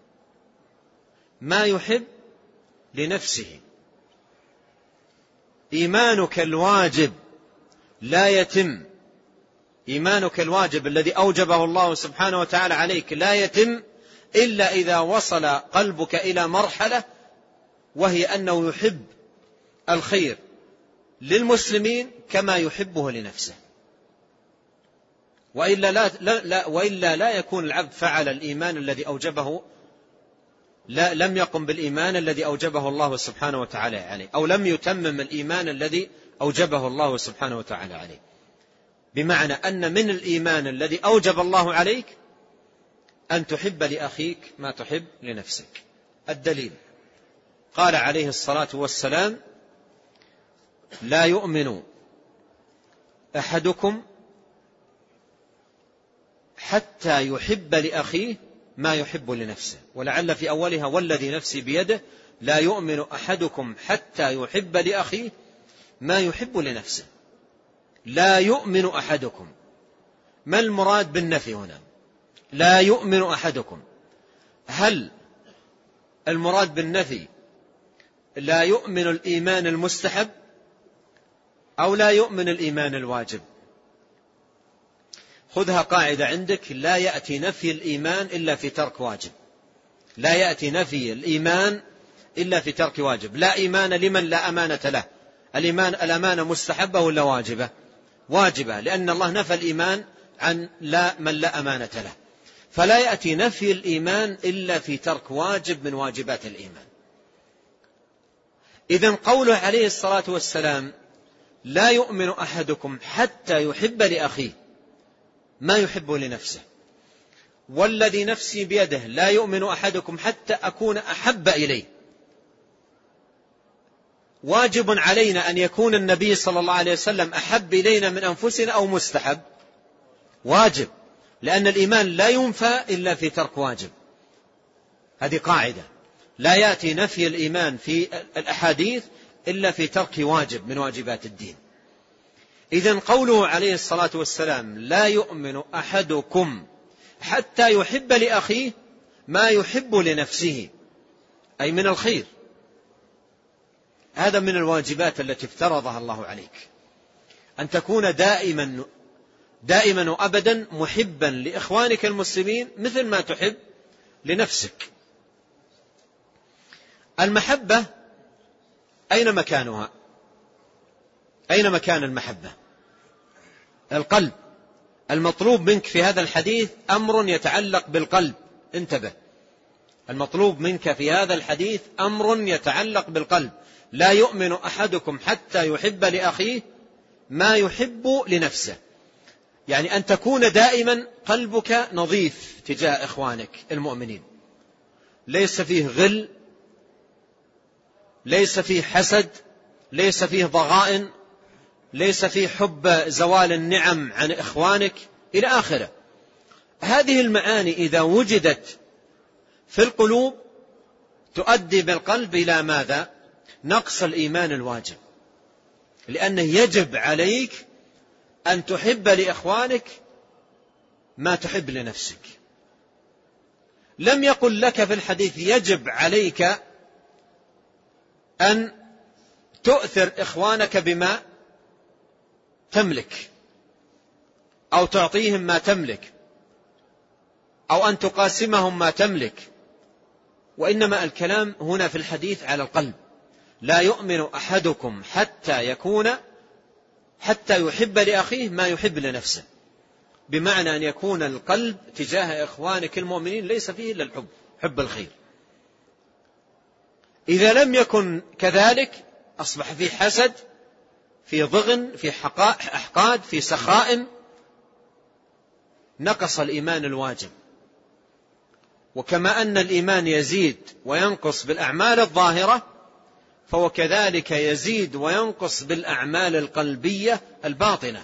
ما يحب لنفسه. إيمانك الواجب لا يتم، إيمانك الواجب الذي أوجبه الله سبحانه وتعالى عليك لا يتم إلا إذا وصل قلبك إلى مرحلة وهي أنه يحب الخير للمسلمين كما يحبه لنفسه، وإلا لا, لا, لا, وإلا لا يكون العبد فعل الإيمان الذي أوجبه، لا لم يقم بالإيمان الذي أوجبه الله سبحانه وتعالى عليه، أو لم يتمم الإيمان الذي أوجبه الله سبحانه وتعالى عليه. بمعنى أن من الإيمان الذي أوجب الله عليك أن تحب لأخيك ما تحب لنفسك. الدليل: قال عليه الصلاة والسلام: لا يؤمن أحدكم حتى يحب لأخيه ما يحب لنفسه. ولعل في أولها: والذي نفسي بيده لا يؤمن أحدكم حتى يحب لأخيه ما يحب لنفسه. لا يؤمن أحدكم، ما المراد بالنفي هنا؟ لا يؤمن أحدكم، هل المراد بالنفي لا يؤمن الإيمان المستحب أو لا يؤمن الإيمان الواجب؟ خذها قاعدة عندك: لا يأتي نفي الإيمان إلا في ترك واجب. لا يأتي نفي الإيمان إلا في ترك واجب. لا إيمان لمن لا أمانة له. الإيمان الأمانة مستحبة ولا واجبة؟ واجبة، لأن الله نفى الإيمان عن لا من لا أمانة له. فلا يأتي نفي الإيمان إلا في ترك واجب من واجبات الإيمان. إذن قوله عليه الصلاة والسلام: لا يؤمن أحدكم حتى يحب لأخيه ما يحب لنفسه، والذي نفسي بيده لا يؤمن أحدكم حتى أكون أحب إليه. واجب علينا أن يكون النبي صلى الله عليه وسلم أحب إلينا من أنفسنا أو مستحب؟ واجب، لأن الإيمان لا ينفى إلا في ترك واجب. هذه قاعدة: لا يأتي نفي الإيمان في الأحاديث إلا في ترك واجب من واجبات الدين. إذن قوله عليه الصلاة والسلام: لا يؤمن أحدكم حتى يحب لأخيه ما يحب لنفسه، أي من الخير. هذا من الواجبات التي افترضها الله عليك، أن تكون دائما دائما وأبدا محبا لإخوانك المسلمين مثل ما تحب لنفسك. المحبة أين مكانها؟ أين مكان المحبة؟ القلب. المطلوب منك في هذا الحديث أمر يتعلق بالقلب، انتبه، المطلوب منك في هذا الحديث أمر يتعلق بالقلب. لا يؤمن أحدكم حتى يحب لأخيه ما يحب لنفسه، يعني أن تكون دائما قلبك نظيف تجاه إخوانك المؤمنين، ليس فيه غل، ليس فيه حسد، ليس فيه ضغائن، ليس فيه حب زوال النعم عن إخوانك إلى آخره. هذه المعاني إذا وجدت في القلوب تؤدي بالقلب إلى ماذا؟ نقص الإيمان الواجب، لأنه يجب عليك أن تحب لإخوانك ما تحب لنفسك. لم يقل لك في الحديث يجب عليك أن تؤثر إخوانك بما تملك أو تعطيهم ما تملك أو أن تقاسمهم ما تملك، وإنما الكلام هنا في الحديث على القلب. لا يؤمن أحدكم حتى يكون حتى يحب لأخيه ما يحب لنفسه، بمعنى أن يكون القلب تجاه إخوانك المؤمنين ليس فيه إلا الحب، حب الخير. إذا لم يكن كذلك أصبح في حسد، في ضغن، في أحقاد، في سخائم، نقص الإيمان الواجب. وكما أن الإيمان يزيد وينقص بالأعمال الظاهرة، فهو كذلك يزيد وينقص بالأعمال القلبية الباطنة.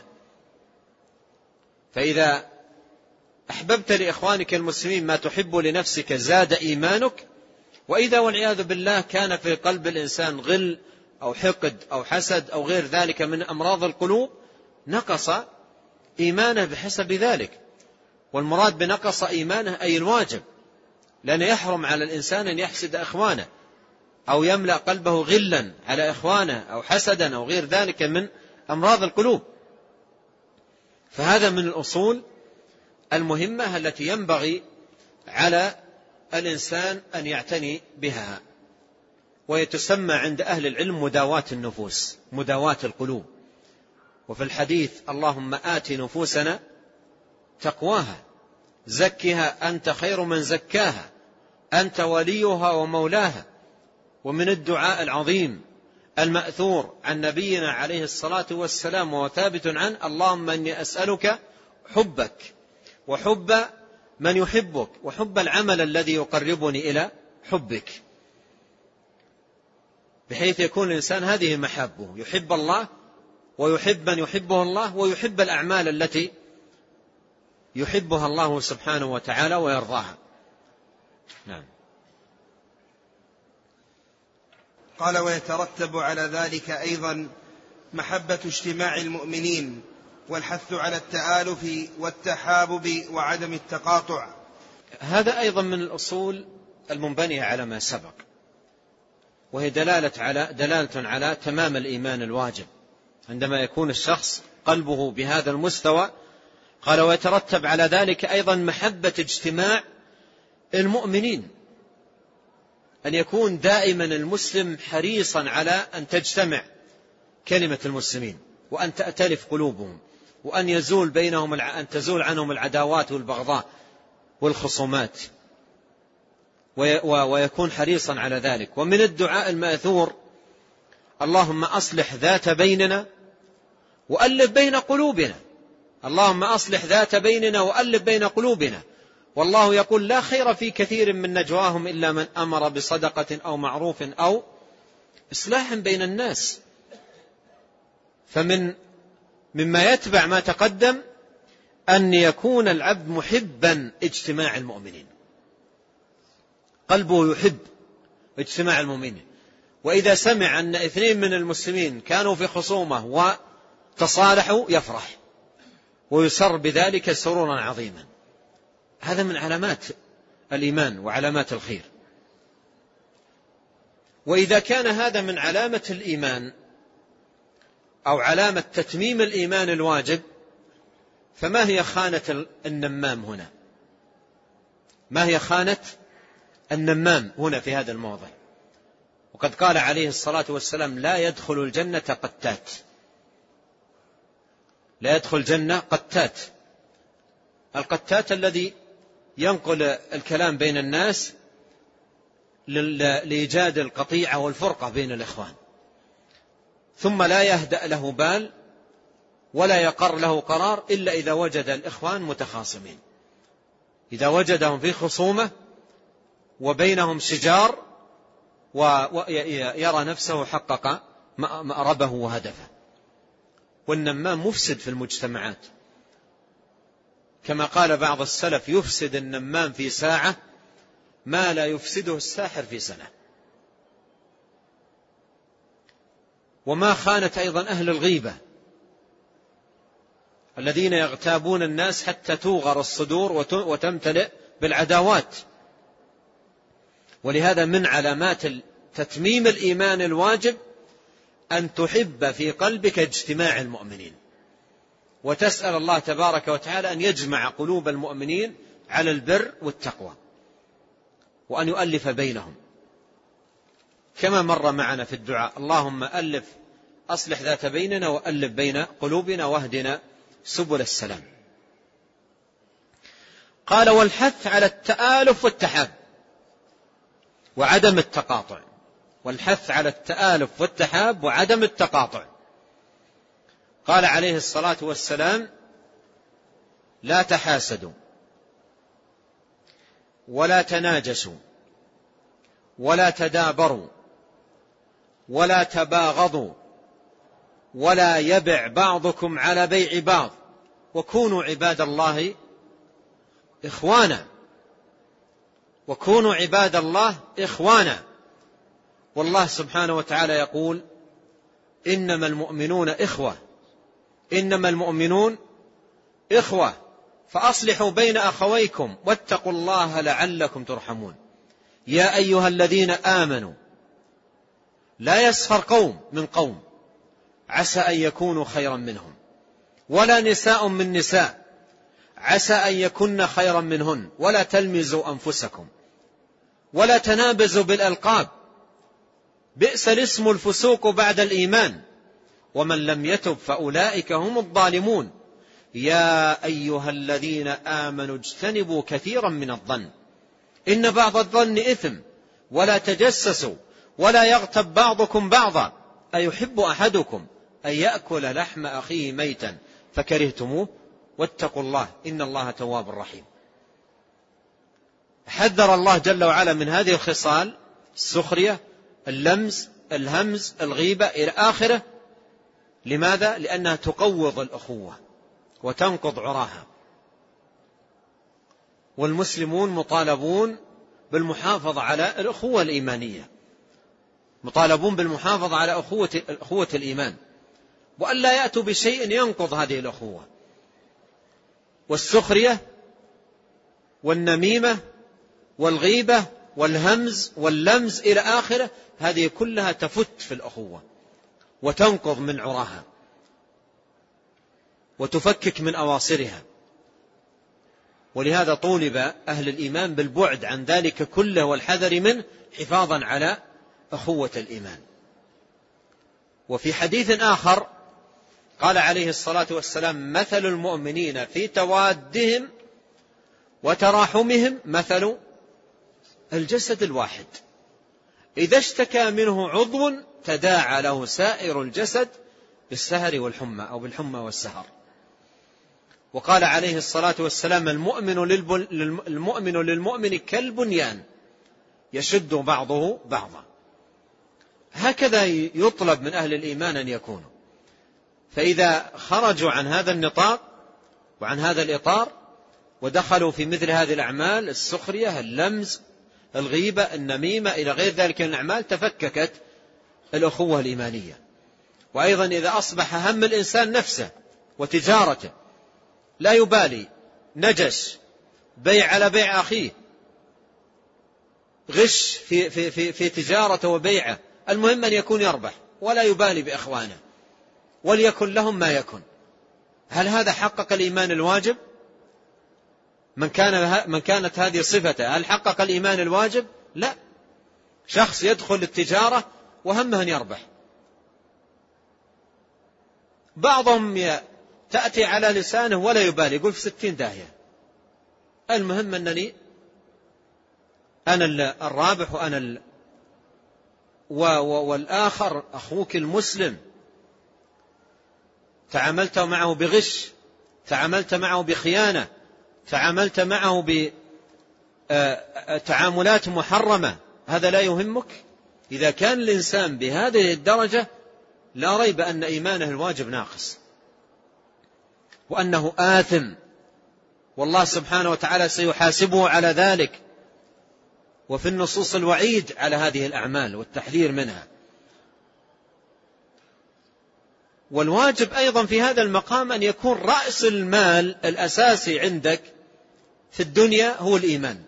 فإذا أحببت لإخوانك المسلمين ما تحب لنفسك زاد إيمانك، وإذا والعياذ بالله كان في قلب الإنسان غل أو حقد أو حسد أو غير ذلك من أمراض القلوب نقص إيمانه بحسب ذلك. والمراد بنقص إيمانه أي الواجب، لأن يحرم على الإنسان أن يحسد إخوانه أو يملأ قلبه غلا على إخوانه أو حسدا أو غير ذلك من أمراض القلوب. فهذا من الأصول المهمة التي ينبغي على الإنسان أن يعتني بها، ويتسمى عند أهل العلم مداواة النفوس، مداواة القلوب. وفي الحديث اللهم آت نفوسنا تقواها زكها أنت خير من زكاها أنت وليها ومولاها. ومن الدعاء العظيم المأثور عن نبينا عليه الصلاة والسلام وثابت عنه اللهم إني أسألك حبك وحب من يحبك وحب العمل الذي يقربني إلى حبك، بحيث يكون الإنسان هذه محبه، يحب الله ويحب من يحبه الله ويحب الأعمال التي يحبها الله سبحانه وتعالى ويرضاها. نعم. قال ويترتب على ذلك أيضا محبة اجتماع المؤمنين والحث على التآلف والتحابب وعدم التقاطع. هذا أيضا من الأصول المنبنية على ما سبق، وهي دلالة على دلالة على تمام الإيمان الواجب عندما يكون الشخص قلبه بهذا المستوى. قال ويترتب على ذلك أيضا محبة اجتماع المؤمنين، أن يكون دائما المسلم حريصا على أن تجتمع كلمة المسلمين وأن تأتلف قلوبهم وأن يزول بينهم أن تزول عنهم العداوات والبغضاء والخصومات، ويكون حريصا على ذلك. ومن الدعاء المأثور اللهم أصلح ذات بيننا وألف بين قلوبنا، اللهم أصلح ذات بيننا وألف بين قلوبنا. والله يقول لا خير في كثير من نجواهم إلا من أمر بصدقة أو معروف أو إصلاح بين الناس. فمن مما يتبع ما تقدم أن يكون العبد محبا اجتماع المؤمنين، قلبه يحب اجتماع المؤمنين، وإذا سمع أن اثنين من المسلمين كانوا في خصومة وتصالحوا يفرح ويسر بذلك سرورا عظيما. هذا من علامات الإيمان وعلامات الخير. وإذا كان هذا من علامة الإيمان أو علامة تتميم الإيمان الواجب، فما هي خانة النمام هنا؟ ما هي خانة النمام هنا في هذا الموضع؟ وقد قال عليه الصلاة والسلام: لا يدخل الجنة قتات. لا يدخل الجنة قتات. القتات الذي ينقل الكلام بين الناس لإيجاد القطيعة والفرقة بين الإخوان، ثم لا يهدأ له بال ولا يقر له قرار إلا إذا وجد الإخوان متخاصمين، إذا وجدهم في خصومة وبينهم شجار ويرى نفسه حقق مأربه وهدفه. والنمام مفسد في المجتمعات، كما قال بعض السلف: يفسد النمام في ساعة ما لا يفسده الساحر في سنة. وما خانت أيضا أهل الغيبة الذين يغتابون الناس حتى توغر الصدور وتمتلئ بالعداوات. ولهذا من علامات تتميم الإيمان الواجب أن تحب في قلبك اجتماع المؤمنين، وتسأل الله تبارك وتعالى أن يجمع قلوب المؤمنين على البر والتقوى، وأن يؤلف بينهم، كما مر معنا في الدعاء: اللهم ألف أصلح ذات بيننا وألف بين قلوبنا واهدنا سبل السلام. قال: والحث على التآلف والتحاب وعدم التقاطع. والحث على التآلف والتحاب وعدم التقاطع. قال عليه الصلاة والسلام: لا تحاسدوا ولا تناجسوا ولا تدابروا ولا تباغضوا ولا يبع بعضكم على بيع بعض وكونوا عباد الله إخوانا. وكونوا عباد الله إخوانا. والله سبحانه وتعالى يقول: إنما المؤمنون إخوة. إنما المؤمنون إخوة فأصلحوا بين أخويكم واتقوا الله لعلكم ترحمون. يا أيها الذين آمنوا لا يسخر قوم من قوم عسى أن يكونوا خيرا منهم ولا نساء من نساء عسى أن يكن خيرا منهن ولا تلمزوا أنفسكم ولا تنابزوا بالألقاب بئس الاسم الفسوق بعد الإيمان ومن لم يتب فأولئك هم الظالمون. يا أيها الذين آمنوا اجتنبوا كثيرا من الظن إن بعض الظن إثم ولا تجسسوا ولا يغتب بعضكم بعضا أيحب أحدكم أن يأكل لحم أخيه ميتا فكرهتموه واتقوا الله إن الله تواب رحيم. حذر الله جل وعلا من هذه الخصال: السخرية، اللمز، الهمز، الغيبة إلى آخره. لماذا؟ لأنها تقوض الأخوة وتنقض عراها. والمسلمون مطالبون بالمحافظة على الأخوة الإيمانية، مطالبون بالمحافظة على أخوة, أخوة الإيمان، وأن لا يأتوا بشيء ينقض هذه الأخوة. والسخرية والنميمة والغيبة والهمز واللمز إلى آخره، هذه كلها تفت في الأخوة وتنقض من عراها وتفكك من أواصرها. ولهذا طولب أهل الإيمان بالبعد عن ذلك كله والحذر منه حفاظا على أخوة الإيمان. وفي حديث آخر قال عليه الصلاة والسلام: مثل المؤمنين في توادهم وتراحمهم مثل الجسد الواحد إذا اشتكى منه عضو تداعى له سائر الجسد بالسهر والحمى أو بالحمى والسهر. وقال عليه الصلاة والسلام: المؤمن للمؤمن للمؤمن كالبنيان يشد بعضه بعضا. هكذا يطلب من أهل الإيمان أن يكونوا. فإذا خرجوا عن هذا النطاق وعن هذا الإطار ودخلوا في مثل هذه الأعمال، السخرية، اللمز، الغيبة، النميمة إلى غير ذلك من الأعمال، تفككت الأخوة الإيمانية. وأيضا إذا أصبح هم الإنسان نفسه وتجارته، لا يبالي، نجش، بيع على بيع أخيه، غش في, في, في, في تجارته وبيعه، المهم أن يكون يربح ولا يبالي بإخوانه وليكن لهم ما يكن، هل هذا حقق الإيمان الواجب؟ من كان من كانت هذه صفته هل حقق الإيمان الواجب؟ لا. شخص يدخل التجارة وهمه أن يربح. بعضهم تأتي على لسانه ولا يبالي، يقول في ستين داهية، المهم أنني أنا الرابح وأنا ال... و... و... والآخر أخوك المسلم تعاملت معه بغش، تعاملت معه بخيانة، تعاملت معه بتعاملات محرمة، هذا لا يهمك؟ إذا كان الإنسان بهذه الدرجة لا ريب أن إيمانه الواجب ناقص، وأنه آثم، والله سبحانه وتعالى سيحاسبه على ذلك. وفي النصوص الوعيد على هذه الأعمال والتحذير منها. والواجب أيضا في هذا المقام أن يكون رأس المال الأساسي عندك في الدنيا هو الإيمان.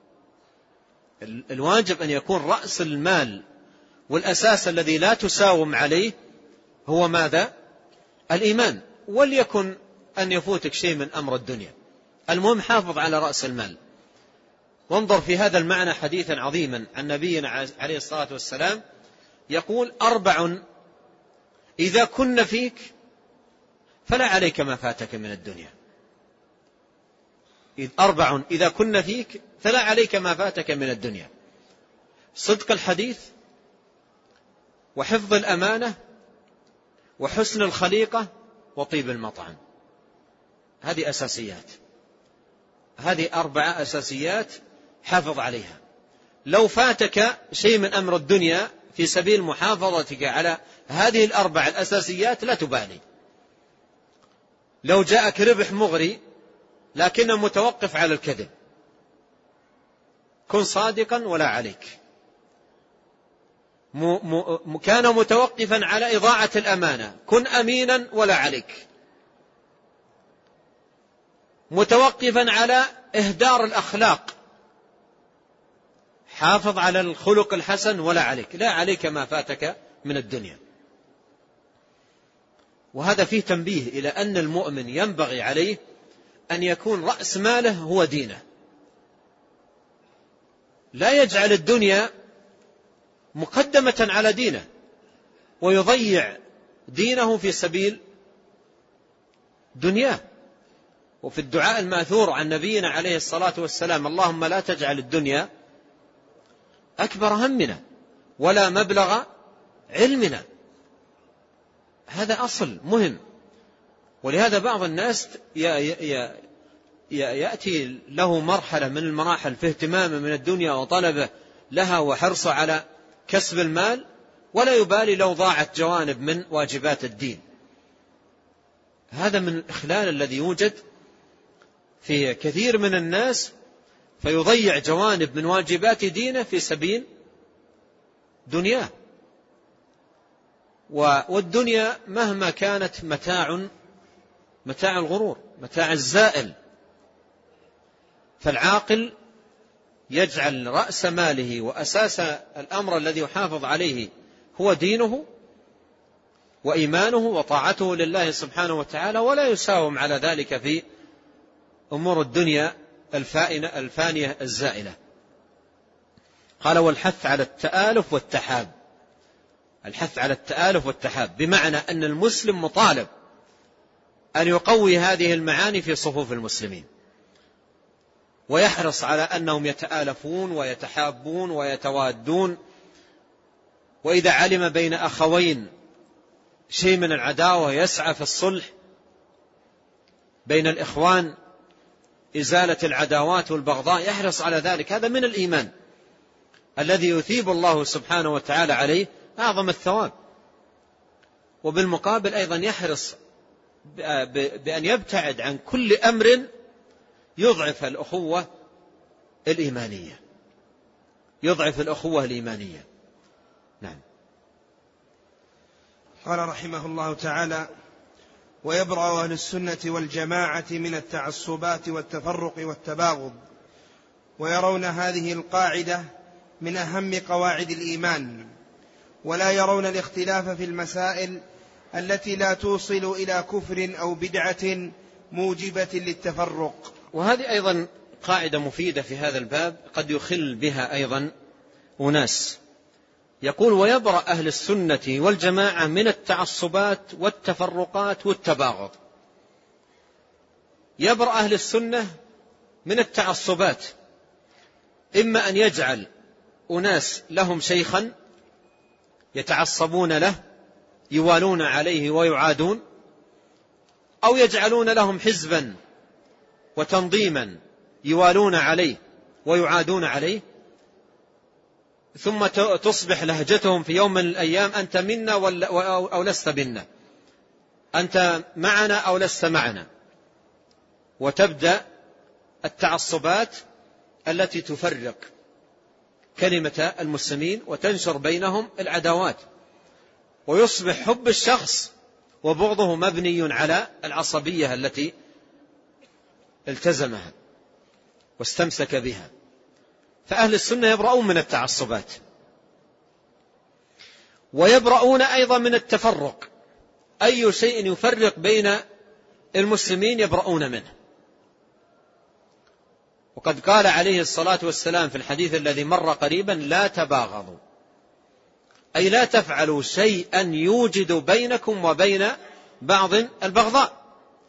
الواجب أن يكون رأس المال والأساس الذي لا تساوم عليه هو ماذا؟ الإيمان. وليكن أن يفوتك شيء من أمر الدنيا، المهم حافظ على رأس المال. وانظر في هذا المعنى حديثا عظيما عن نبينا عليه الصلاة والسلام يقول: أربع إذا كن فيك فلا عليك ما فاتك من الدنيا. أربع إذا كن فيك فلا عليك ما فاتك من الدنيا: صدق الحديث، وحفظ الأمانة، وحسن الخليقة، وطيب المطعم. هذه أساسيات، هذه أربعة أساسيات حافظ عليها. لو فاتك شيء من أمر الدنيا في سبيل محافظتك على هذه الأربع الأساسيات لا تبالي. لو جاءك ربح مغري لكنه متوقف على الكذب، كن صادقا ولا عليك. م م كان متوقفا على إضاعة الأمانة، كن أمينا ولا عليك. متوقفا على إهدار الأخلاق، حافظ على الخلق الحسن ولا عليك، لا عليك ما فاتك من الدنيا. وهذا فيه تنبيه إلى أن المؤمن ينبغي عليه أن يكون رأس ماله هو دينه، لا يجعل الدنيا مقدمة على دينه ويضيع دينه في سبيل دنياه. وفي الدعاء الماثور عن نبينا عليه الصلاة والسلام: اللهم لا تجعل الدنيا أكبر همنا ولا مبلغ علمنا. هذا أصل مهم. ولهذا بعض الناس يأتي له مرحلة من المراحل في اهتمامه من الدنيا وطلبه لها وحرصه على كسب المال، ولا يبالي لو ضاعت جوانب من واجبات الدين. هذا من الإخلال الذي يوجد في كثير من الناس، فيضيع جوانب من واجبات دينه في سبيل دنياه. والدنيا مهما كانت متاع متاع الغرور، متاع الزائل. فالعاقل يجعل رأس ماله وأساس الأمر الذي يحافظ عليه هو دينه وإيمانه وطاعته لله سبحانه وتعالى، ولا يساوم على ذلك في أمور الدنيا الفانية الفانية الزائلة. قال: والحث على التآلف والتحاب. الحث على التآلف والتحاب بمعنى أن المسلم مطالب أن يقوي هذه المعاني في صفوف المسلمين، ويحرص على أنهم يتآلفون ويتحابون ويتوادون. وإذا علم بين أخوين شيء من العداوة يسعى في الصلح بين الإخوان، إزالة العداوات والبغضاء، يحرص على ذلك. هذا من الإيمان الذي يثيب الله سبحانه وتعالى عليه أعظم الثواب. وبالمقابل أيضا يحرص بأن يبتعد عن كل أمر يضعف الأخوة الإيمانية، يضعف الأخوة الإيمانية. نعم. قال رحمه الله تعالى: ويبرأ أهل السنة والجماعة من التعصبات والتفرق والتباغض، ويرون هذه القاعدة من أهم قواعد الإيمان، ولا يرون الاختلاف في المسائل التي لا توصل إلى كفر أو بدعة موجبة للتفرق. وهذه أيضا قاعدة مفيدة في هذا الباب قد يخل بها أيضا أناس. يقول: ويبرأ أهل السنة والجماعة من التعصبات والتفرقات والتباغض. يبرأ أهل السنة من التعصبات، إما أن يجعل أناس لهم شيخا يتعصبون له يوالون عليه ويعادون، أو يجعلون لهم حزبا وتنظيما يوالون عليه ويعادون عليه، ثم تصبح لهجتهم في يوم من الأيام: أنت منا أو لست منا، أنت معنا أو لست معنا، وتبدأ التعصبات التي تفرق كلمة المسلمين وتنشر بينهم العداوات، ويصبح حب الشخص وبغضه مبني على العصبية التي التزمها واستمسك بها. فأهل السنة يبرؤون من التعصبات، ويبرؤون أيضا من التفرق. أي شيء يفرق بين المسلمين يبرؤون منه. وقد قال عليه الصلاة والسلام في الحديث الذي مر قريبا: لا تباغضوا، أي لا تفعلوا شيئا يوجد بينكم وبين بعض البغضاء.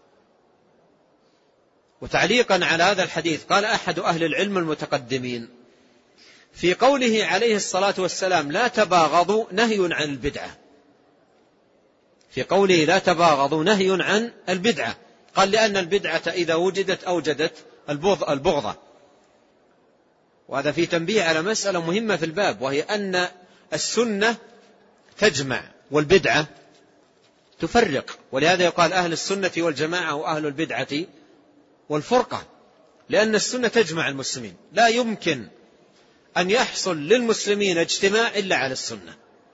وتعليقا على هذا الحديث قال أحد أهل العلم المتقدمين: في قوله عليه الصلاة والسلام لا تباغضوا نهي عن البدعة. في قوله لا تباغضوا نهي عن البدعة، قال لأن البدعة إذا وجدت أوجدت البغضة. وهذا في تنبيه على مسألة مهمة في الباب، وهي أن السنة تجمع والبدعة تفرق. ولهذا يقال أهل السنة والجماعة وأهل البدعة والفرقة، لأن السنة تجمع المسلمين. لا يمكن أن يحصل للمسلمين اجتماع إلا على السنة،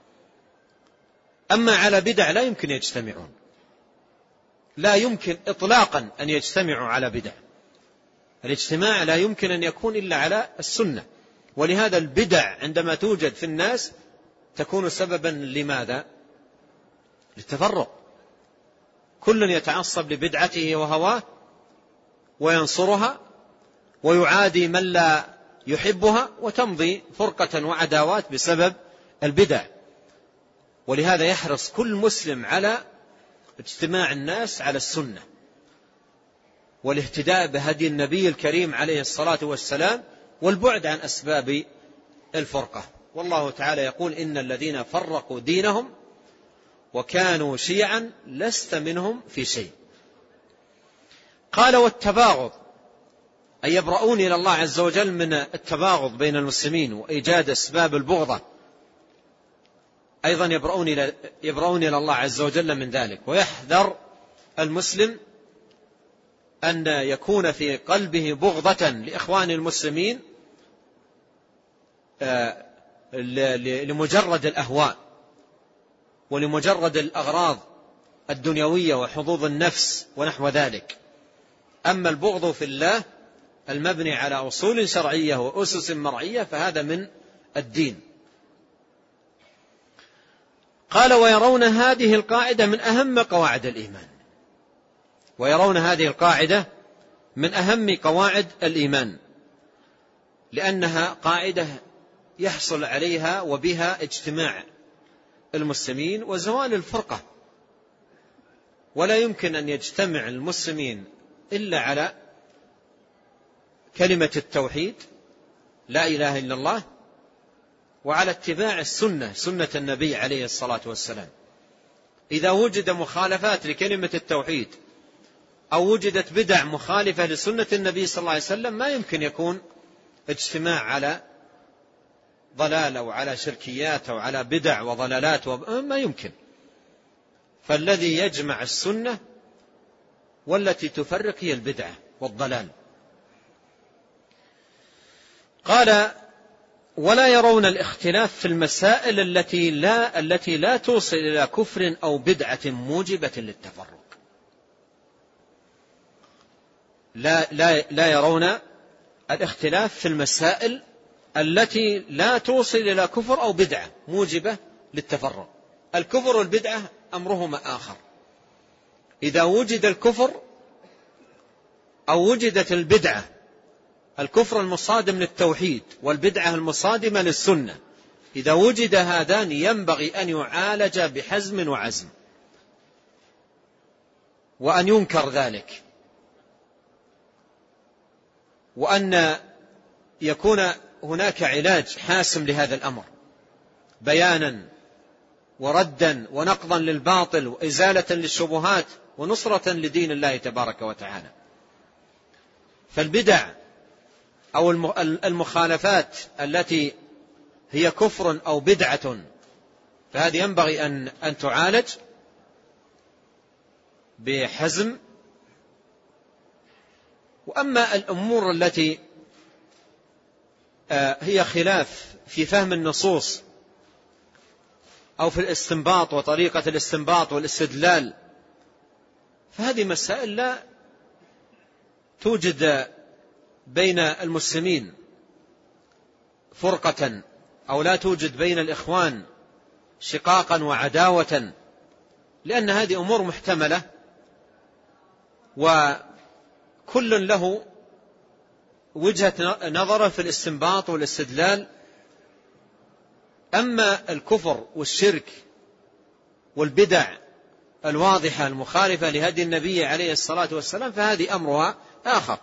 أما على بدع لا يمكن يجتمعون، لا يمكن إطلاقا أن يجتمعوا على بدع. الاجتماع لا يمكن أن يكون إلا على السنة. ولهذا البدع عندما توجد في الناس تكون سببا لماذا؟ للتفرق. كل يتعصب لبدعته وهواه وينصرها ويعادي من لا يحبها، وتمضي فرقة وعداوات بسبب البدع. ولهذا يحرص كل مسلم على اجتماع الناس على السنة والاهتداء بهدي النبي الكريم عليه الصلاة والسلام، والبعد عن أسباب الفرقة. والله تعالى يقول: إن الذين فرقوا دينهم وكانوا شيعا لست منهم في شيء. قال: والتباغض، أي يبرؤون إلى الله عز وجل من التباغض بين المسلمين وإيجاد أسباب البغضة، أيضا يبرؤون إلى, يبرؤون إلى الله عز وجل من ذلك. ويحذر المسلم أن يكون في قلبه بغضة لإخوان المسلمين لمجرد الأهواء ولمجرد الأغراض الدنيوية وحظوظ النفس ونحو ذلك. أما البغض في الله المبني على أصول شرعية وأسس مرعية فهذا من الدين. قال: ويرون هذه القاعدة من أهم قواعد الإيمان. ويرون هذه القاعدة من أهم قواعد الإيمان، لأنها قاعدة يحصل عليها وبها اجتماع المسلمين وزوال الفرقة. ولا يمكن أن يجتمع المسلمين إلا على كلمة التوحيد لا إله إلا الله، وعلى اتباع السنة سنة النبي عليه الصلاة والسلام. إذا وجد مخالفات لكلمة التوحيد أو وجدت بدع مخالفة لسنة النبي صلى الله عليه وسلم ما يمكن يكون اجتماع على ضلال أو على شركيات أو على بدع وضلالات، ما يمكن. فالذي يجمع السنة والتي تفرق هي البدعة والضلال. قال: ولا يرون الاختلاف في المسائل التي لا التي لا توصل إلى كفر أو بدعة موجبة للتفرق. لا لا لا يرون الاختلاف في المسائل التي لا توصل إلى كفر أو بدعة موجبة للتفرق. الكفر والبدعة أمرهما آخر. إذا وجد الكفر أو وجدت البدعة، الكفر المصادم للتوحيد والبدعة المصادمة للسنة، إذا وجد هذان ينبغي أن يعالج بحزم وعزم، وأن ينكر ذلك، وأن يكون هناك علاج حاسم لهذا الأمر، بيانا وردا ونقضا للباطل وإزالة للشبهات ونصرة لدين الله تبارك وتعالى. فالبدع أو المخالفات التي هي كفر أو بدعة فهذه ينبغي أن أن تعالج بحزم. وأما الأمور التي هي خلاف في فهم النصوص أو في الاستنباط وطريقة الاستنباط والاستدلال، فهذه مسائل لا توجد بين المسلمين فرقة، أو لا توجد بين الإخوان شقاقا وعداوة، لأن هذه أمور محتملة وكل له وجهة نظره في الاستنباط والاستدلال. أما الكفر والشرك والبدع الواضحة المخالفة لهدي النبي عليه الصلاة والسلام فهذه أمرها آخر.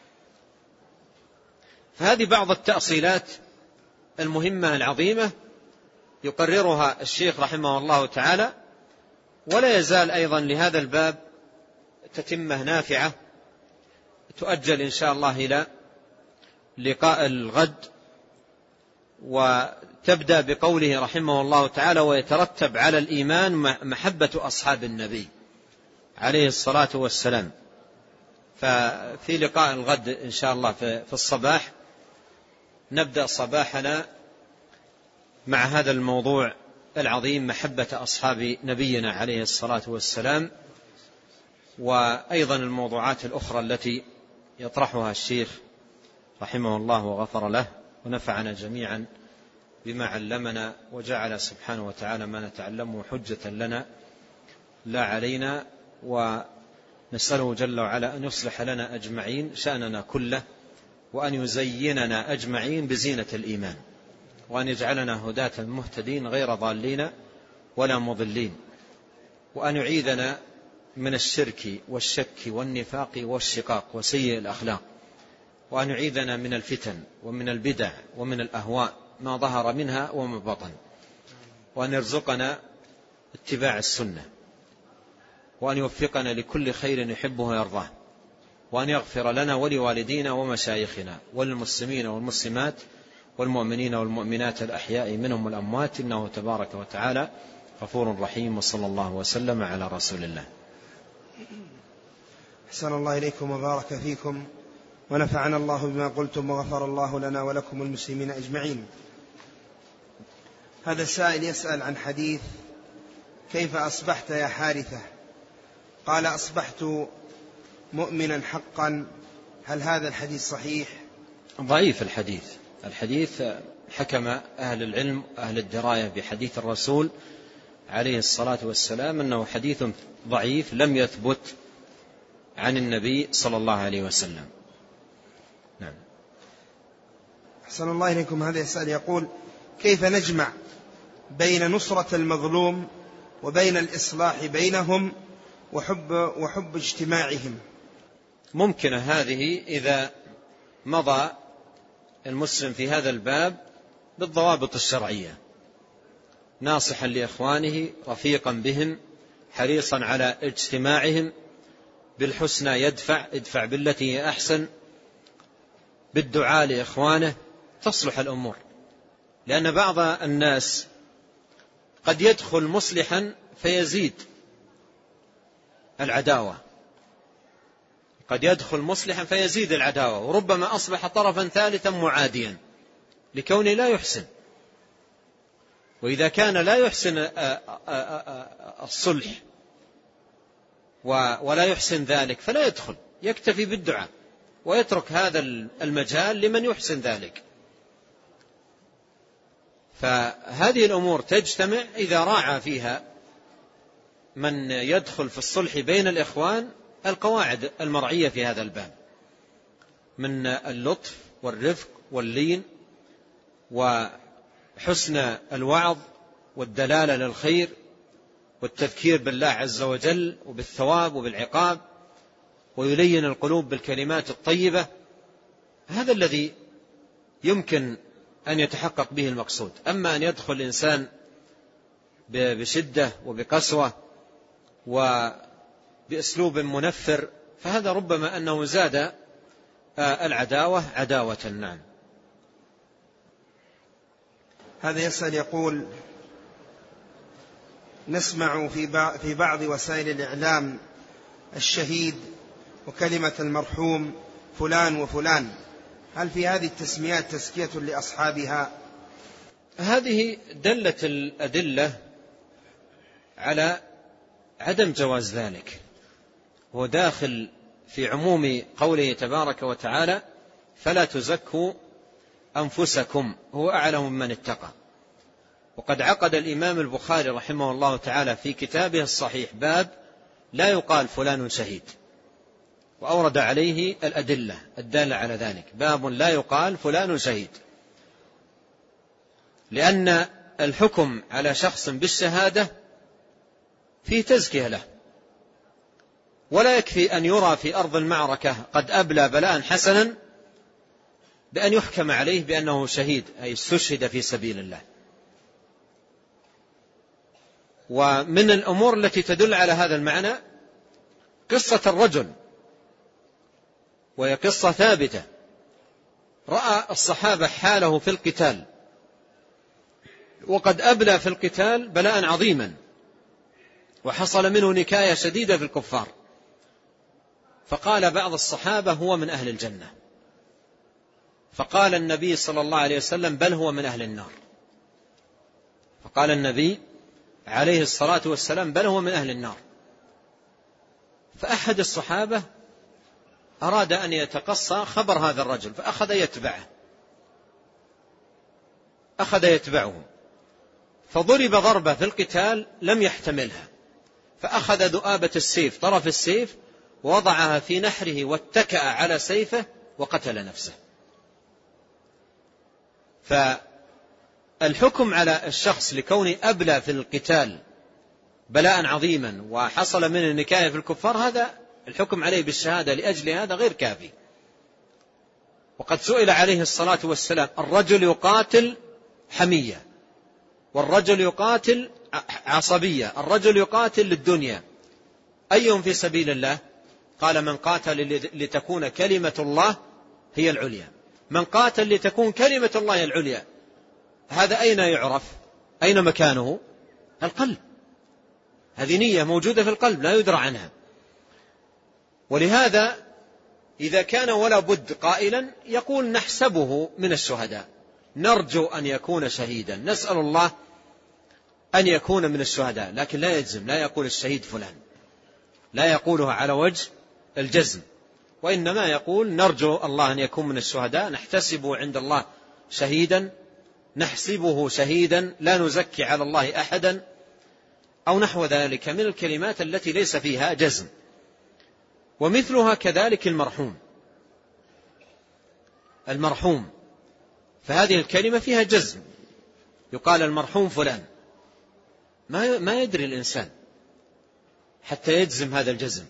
فهذه بعض التأصيلات المهمة العظيمة يقررها الشيخ رحمه الله تعالى، ولا يزال أيضا لهذا الباب تتمة نافعة تؤجل إن شاء الله إلى لقاء الغد، وتبدأ بقوله رحمه الله تعالى: ويترتب على الإيمان محبة أصحاب النبي عليه الصلاة والسلام. ففي لقاء الغد إن شاء الله في الصباح نبدأ صباحنا مع هذا الموضوع العظيم، محبة أصحاب نبينا عليه الصلاة والسلام، وأيضا الموضوعات الأخرى التي يطرحها الشيخ رحمه الله وغفر له، ونفعنا جميعا بما علمنا، وجعل سبحانه وتعالى ما نتعلمه حجة لنا لا علينا، ونسأله جل وعلا أن يصلح لنا أجمعين شأننا كله، وأن يزيننا أجمعين بزينة الإيمان، وأن يجعلنا هداة مهتدين غير ضالين ولا مضلين، وأن يعيذنا من الشرك والشك والنفاق والشقاق وسيء الأخلاق، وأن يعيذنا من الفتن ومن البدع ومن الأهواء ما ظهر منها وما بطن، وأن يرزقنا اتباع السنة، وأن يوفقنا لكل خير يحبه ويرضاه، وأن يغفر لنا ولوالدينا ومشايخنا وللمسلمين والمسلمات والمؤمنين والمؤمنات الأحياء منهم والأموات، إنه تبارك وتعالى غفور رحيم. وصلى الله وسلم على رسول الله. أحسن الله إليكم وبارك فيكم، ونفعنا الله بما قلتم، وغفر الله لنا ولكم المسلمين أجمعين. هذا السائل يسأل عن حديث: كيف أصبحت يا حارثة؟ قال: أصبحت مؤمنا حقا. هل هذا الحديث صحيح؟ ضعيف الحديث. الحديث حكم أهل العلم أهل الدراية بحديث الرسول عليه الصلاة والسلام أنه حديث ضعيف لم يثبت عن النبي صلى الله عليه وسلم. نعم. أحسن الله إليكم. هذا يسأل يقول: كيف نجمع بين نصرة المظلوم وبين الإصلاح بينهم وحب, وحب اجتماعهم؟ ممكن هذه إذا مضى المسلم في هذا الباب بالضوابط الشرعية، ناصحا لإخوانه، رفيقا بهم، حريصا على اجتماعهم، بالحسنى يدفع ادفع بالتي هي أحسن، بالدعاء لإخوانه، تصلح الأمور. لأن بعض الناس قد يدخل مصلحا فيزيد العداوة، قد يدخل مصلحا فيزيد العداوة، وربما أصبح طرفا ثالثا معاديا لكونه لا يحسن. وإذا كان لا يحسن الصلح ولا يحسن ذلك فلا يدخل، يكتفي بالدعاء ويترك هذا المجال لمن يحسن ذلك. فهذه الأمور تجتمع إذا راعى فيها من يدخل في الصلح بين الإخوان القواعد المرعية في هذا الباب من اللطف والرفق واللين وحسن الوعظ والدلالة للخير والتذكير بالله عز وجل وبالثواب وبالعقاب، ويلين القلوب بالكلمات الطيبة. هذا الذي يمكن أن يتحقق به المقصود. أما أن يدخل الإنسان بشدة وبقسوة وبأسلوب منفر فهذا ربما أنه زاد العداوة عداوة. نعم. هذا يسأل يقول: نسمع في بعض وسائل الإعلام الشهيد وكلمة المرحوم فلان وفلان، هل في هذه التسميات تزكية لأصحابها؟ هذه دلت الأدلة على عدم جواز ذلك، هو داخل في عموم قوله تبارك وتعالى: فلا تزكوا أنفسكم هو أعلم من اتقى. وقد عقد الإمام البخاري رحمه الله تعالى في كتابه الصحيح باب لا يقال فلان شهيد، وأورد عليه الأدلة الدالة على ذلك، باب لا يقال فلان شهيد، لأن الحكم على شخص بالشهادة فيه تزكية له، ولا يكفي أن يرى في أرض المعركة قد أبلى بلاء حسنا بأن يحكم عليه بأنه شهيد أي استشهد في سبيل الله. ومن الأمور التي تدل على هذا المعنى قصة الرجل، وهي قصة ثابتة، رأى الصحابة حاله في القتال وقد أبلى في القتال بلاء عظيما، وحصل منه نكاية شديدة في الكفار، فقال بعض الصحابة هو من أهل الجنة، فقال النبي صلى الله عليه وسلم بل هو من أهل النار، فقال النبي عليه الصلاة والسلام بل هو من أهل النار. فأحد الصحابة أراد أن يتقصى خبر هذا الرجل فأخذ يتبعه أخذ يتبعه فضرب ضربة في القتال لم يحتملها، فأخذ ذؤابة السيف طرف السيف ووضعها في نحره واتكأ على سيفه وقتل نفسه. فالحكم على الشخص لكونه أبلى في القتال بلاء عظيما وحصل من النكاية في الكفار، هذا الحكم عليه بالشهادة لأجل هذا غير كافي. وقد سئل عليه الصلاة والسلام: الرجل يقاتل حمية، والرجل يقاتل عصبية، الرجل يقاتل للدنيا، أيهم في سبيل الله؟ قال: من قاتل لتكون كلمة الله هي العليا. من قاتل لتكون كلمة الله العليا، هذا أين يعرف؟ أين مكانه؟ القلب، هذه نية موجودة في القلب لا يدرى عنها. ولهذا إذا كان ولا بد قائلا يقول نحسبه من الشهداء، نرجو أن يكون شهيدا، نسأل الله أن يكون من الشهداء، لكن لا يجزم، لا يقول الشهيد فلان، لا يقولها على وجه الجزم، وإنما يقول نرجو الله أن يكون من الشهداء، نحتسبه عند الله شهيدا، نحسبه شهيدا، لا نزكي على الله أحدا، أو نحو ذلك من الكلمات التي ليس فيها جزم. ومثلها كذلك المرحوم المرحوم فهذه الكلمة فيها جزم، يقال المرحوم فلان، ما ما يدري الإنسان حتى يجزم هذا الجزم.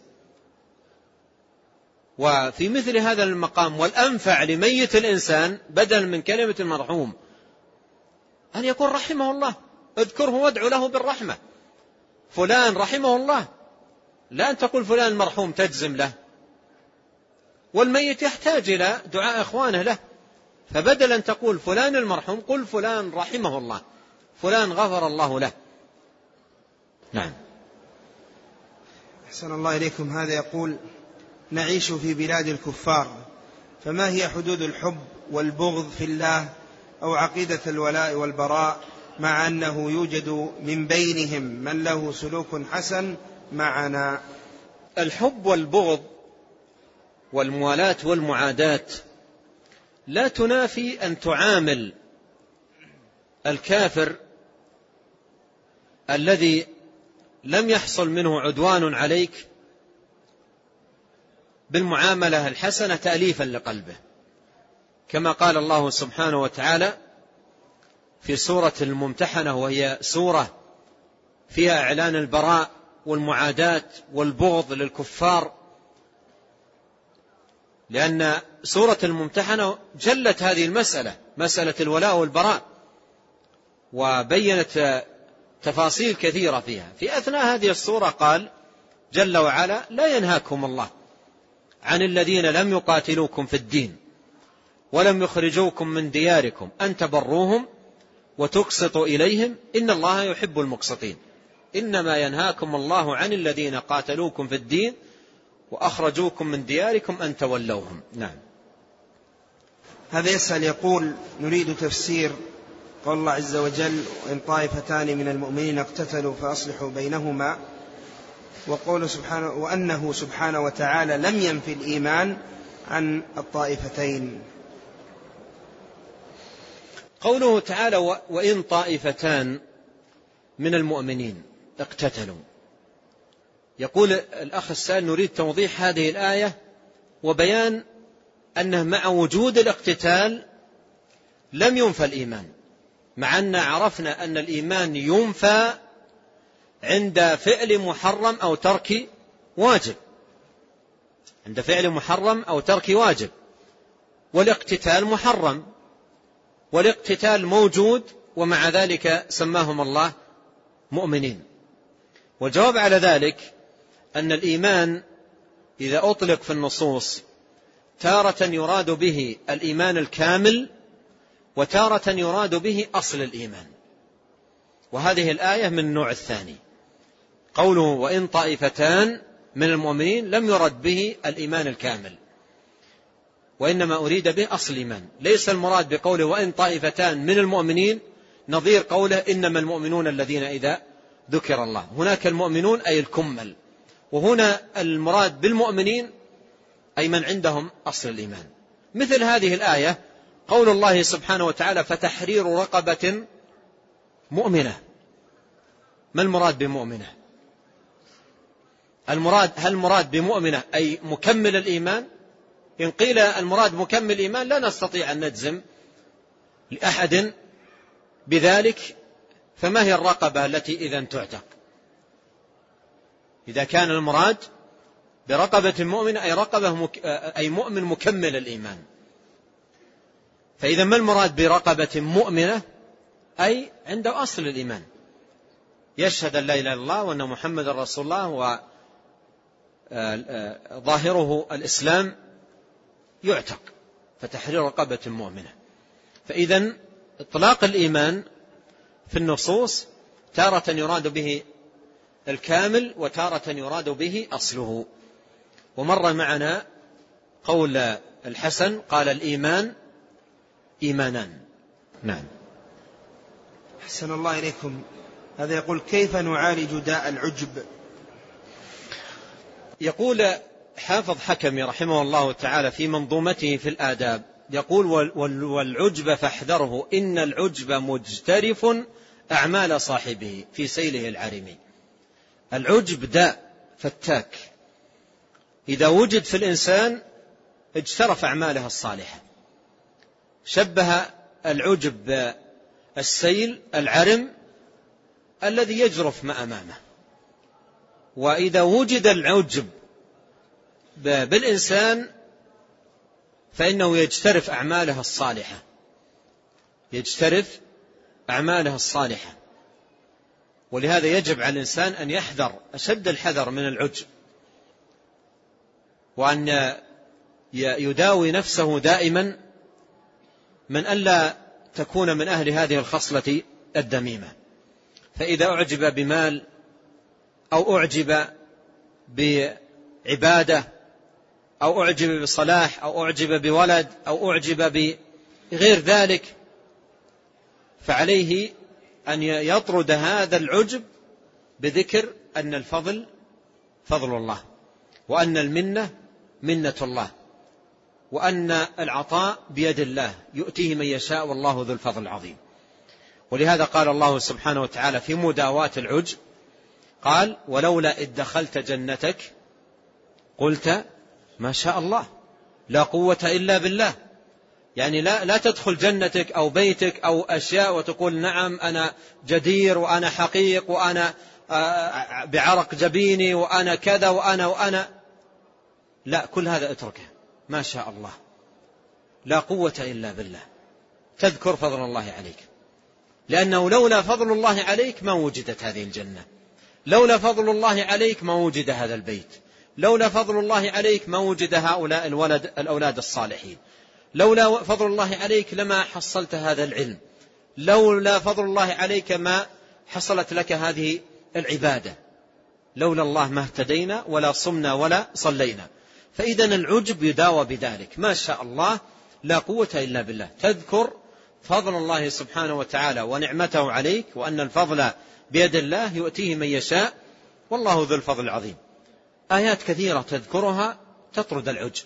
وفي مثل هذا المقام والأنفع لميت الإنسان بدل من كلمة المرحوم أن يقول رحمه الله، اذكره وادعو له بالرحمة، فلان رحمه الله، لا أن تقول فلان مرحوم تجزم له، والميت يحتاج إلى دعاء إخوانه له، فبدل أن تقول فلان المرحوم قل فلان رحمه الله، فلان غفر الله له. نعم. أحسن الله إليكم. هذا يقول: نعيش في بلاد الكفار، فما هي حدود الحب والبغض في الله أو عقيدة الولاء والبراء، مع أنه يوجد من بينهم من له سلوك حسن معنا؟ الحب والبغض والموالاة والمعاداة لا تنافي أن تعامل الكافر الذي لم يحصل منه عدوان عليك بالمعاملة الحسنة تأليفا لقلبه، كما قال الله سبحانه وتعالى في سورة الممتحنة، وهي سورة فيها إعلان البراء والمعاداة والبغض للكفار، لأن سورة الممتحنة جلت هذه المسألة، مسألة الولاء والبراء، وبينت تفاصيل كثيرة فيها. في أثناء هذه السورة قال جل وعلا: لا ينهاكم الله عن الذين لم يقاتلوكم في الدين ولم يخرجوكم من دياركم أن تبروهم وتقسطوا إليهم إن الله يحب المقسطين، إنما ينهاكم الله عن الذين قاتلوكم في الدين وأخرجوكم من دياركم أن تولوهم. نعم. هذا يسأل يقول: نريد تفسير قول الله عز وجل: وإن طائفتان من المؤمنين اقتتلوا فأصلحوا بينهما، وقوله سبحانه وأنه سبحانه وتعالى لم ينفي الإيمان عن الطائفتين. قوله تعالى: وإن طائفتان من المؤمنين اقتتلوا، يقول الأخ السائل: نريد توضيح هذه الآية وبيان أنه مع وجود الاقتتال لم ينفى الإيمان، مع أن عرفنا أن الإيمان ينفى عند فعل محرم أو ترك واجب، عند فعل محرم أو ترك واجب، والاقتتال محرم، والاقتتال موجود، ومع ذلك سماهم الله مؤمنين. والجواب على ذلك أن الإيمان إذا أطلق في النصوص تارة يراد به الإيمان الكامل، وتارة يراد به أصل الإيمان، وهذه الآية من النوع الثاني. قوله وإن طائفتان من المؤمنين لم يرد به الإيمان الكامل، وإنما أريد به أصل الإيمان. ليس المراد بقوله وإن طائفتان من المؤمنين نظير قوله إنما المؤمنون الذين إذا ذكر الله. هناك المؤمنون أي الكمل، وهنا المراد بالمؤمنين أي من عندهم أصل الإيمان. مثل هذه الآية قول الله سبحانه وتعالى: فتحرير رقبة مؤمنة. ما المراد بمؤمنة؟ المراد هل المراد بمؤمنة أي مكمل الإيمان؟ إن قيل المراد مكمل الإيمان لا نستطيع أن نجزم لأحد بذلك، فما هي الرقبة التي إذن تعتق؟ إذا كان المراد برقبة مؤمنة أي رقبة مك... أي مؤمن مكمل الإيمان، فإذا ما المراد برقبة مؤمنة؟ أي عنده أصل الإيمان، يشهد أن لا إله إلا الله وأن محمد رسول الله وظاهره الإسلام، يعتق، فتحرير رقبة مؤمنة. فإذا إطلاق الإيمان في النصوص تارة يراد به الكامل وتارة يراد به أصله. ومر معنا قول الحسن قال: الإيمان إيمانان. نعم. أحسن الله إليكم. هذا يقول: كيف نعالج داء العجب؟ يقول حافظ حكمي رحمه الله تعالى في منظومته في الآداب، يقول: والعجب فاحذره إن العجب مجترف أعمال صاحبه في سيله العرمي. العجب داء فتاك، إذا وجد في الإنسان اجترف أعماله الصالحة. شبه العجب السيل العرم الذي يجرف ما أمامه، وإذا وجد العجب بالإنسان فإنه يجترف أعماله الصالحة، يجترف أعماله الصالحة. ولهذا يجب على الإنسان أن يحذر أشد الحذر من العجب، وأن يداوي نفسه دائما من ألا تكون من أهل هذه الخصلة الدميمة. فإذا أعجب بمال أو أعجب بعبادة أو أعجب بصلاح أو أعجب بولد أو أعجب بغير ذلك، فعليه أن يطرد هذا العجب بذكر أن الفضل فضل الله، وأن المنة منة الله، وأن العطاء بيد الله يؤتيه من يشاء والله ذو الفضل العظيم. ولهذا قال الله سبحانه وتعالى في مداواة العجب: قال ولولا إذ دخلت جنتك قلت ما شاء الله لا قوة إلا بالله. يعني لا, لا تدخل جنتك أو بيتك أو أشياء وتقول نعم أنا جدير وأنا حقيق وأنا بعرق جبيني وأنا كذا وأنا وأنا لا، كل هذا اتركه. ما شاء الله لا قوة إلا بالله. تذكر فضل الله عليك، لأنه لولا فضل الله عليك ما وجدت هذه الجنة، لولا فضل الله عليك ما وجد هذا البيت، لولا فضل الله عليك ما وجد هؤلاء الولد الأولاد الصالحين، لولا فضل الله عليك لما حصلت هذا العلم، لولا فضل الله عليك ما حصلت لك هذه العبادة، لولا الله ما اهتدينا ولا صمنا ولا صلينا. فإذا العجب يداوى بذلك. ما شاء الله لا قوة إلا بالله. تذكر فضل الله سبحانه وتعالى ونعمته عليك، وأن الفضل بيد الله يؤتيه من يشاء والله ذو الفضل العظيم. آيات كثيرة تذكرها تطرد العجب،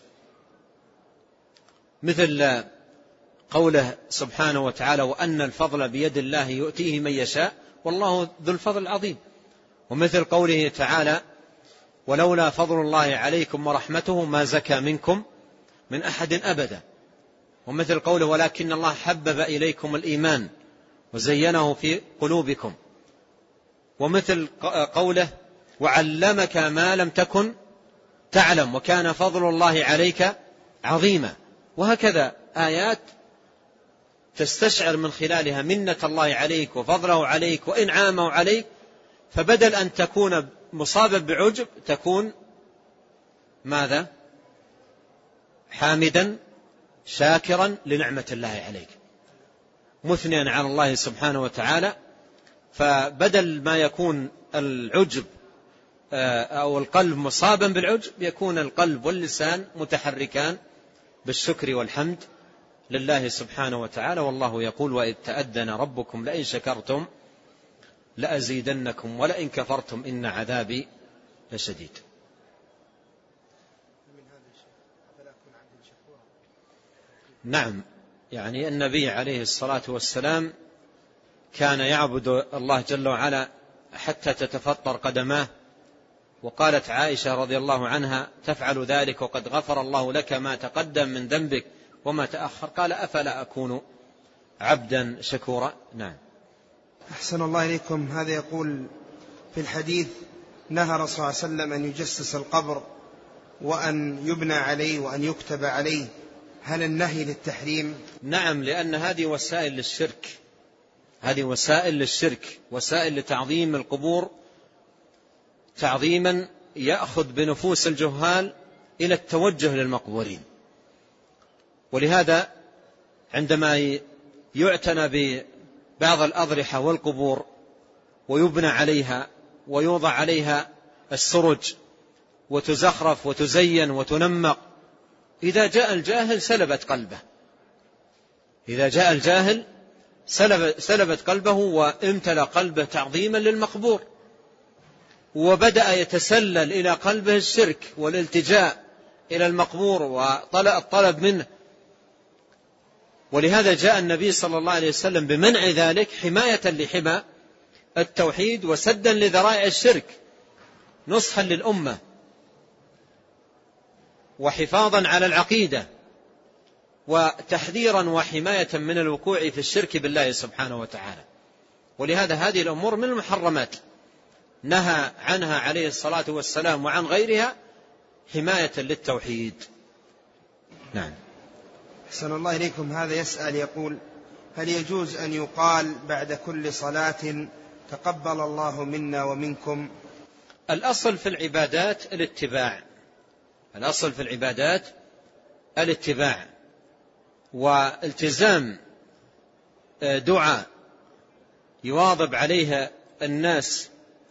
مثل قوله سبحانه وتعالى وأن الفضل بيد الله يؤتيه من يشاء والله ذو الفضل العظيم. ومثل قوله تعالى ولولا فضل الله عليكم ورحمته ما زكى منكم من أحد أبدا. ومثل قوله ولكن الله حبب إليكم الإيمان وزينه في قلوبكم. ومثل قوله وعلمك ما لم تكن تعلم وكان فضل الله عليك عظيما. وهكذا آيات تستشعر من خلالها منة الله عليك وفضله عليك وإنعامه عليك، فبدل أن تكون مصابا بعجب تكون ماذا؟ حامدا شاكرا لنعمة الله عليك، مثنيا على الله سبحانه وتعالى. فبدل ما يكون العجب أو القلب مصابا بالعجب يكون القلب واللسان متحركان بالشكر والحمد لله سبحانه وتعالى. والله يقول وإذ تأذن ربكم لئن شكرتم لأزيدنكم ولئن كفرتم إن عذابي لشديد. نعم، يعني النبي عليه الصلاة والسلام كان يعبد الله جل وعلا حتى تتفطر قدماه. وقالت عائشة رضي الله عنها تفعل ذلك وقد غفر الله لك ما تقدم من ذنبك وما تأخر، قال أفلا أكون عبدا شكورا. نعم. أحسن الله إليكم. هذا يقول في الحديث نهى رسول الله صلى الله عليه وسلم أن يجسس القبر وأن يبنى عليه وأن يكتب عليه، هل النهي للتحريم؟ نعم، لأن هذه وسائل للشرك، هذه وسائل للشرك، وسائل لتعظيم القبور، تعظيما يأخذ بنفوس الجهال إلى التوجه للمقبورين. ولهذا عندما يعتنى ببعض الأضرحة والقبور ويبنى عليها ويوضع عليها السرج وتزخرف وتزين وتنمق، إذا جاء الجاهل سلبت قلبه، إذا جاء الجاهل سلبت قلبه وامتلأ قلبه تعظيما للمقبور، وبدأ يتسلل إلى قلبه الشرك والالتجاء إلى المقبور والطلب منه. ولهذا جاء النبي صلى الله عليه وسلم بمنع ذلك حماية لحمى التوحيد وسدا لذرائع الشرك، نصحا للأمة وحفاظا على العقيدة وتحذيرا وحماية من الوقوع في الشرك بالله سبحانه وتعالى. ولهذا هذه الأمور من المحرمات نهى عنها عليه الصلاة والسلام وعن غيرها حماية للتوحيد. نعم. أحسن الله إليكم. هذا يسأل يقول هل يجوز أن يقال بعد كل صلاة تقبل الله منا ومنكم؟ الأصل في العبادات الاتباع، الأصل في العبادات الاتباع والتزام دعاء يواظب عليها الناس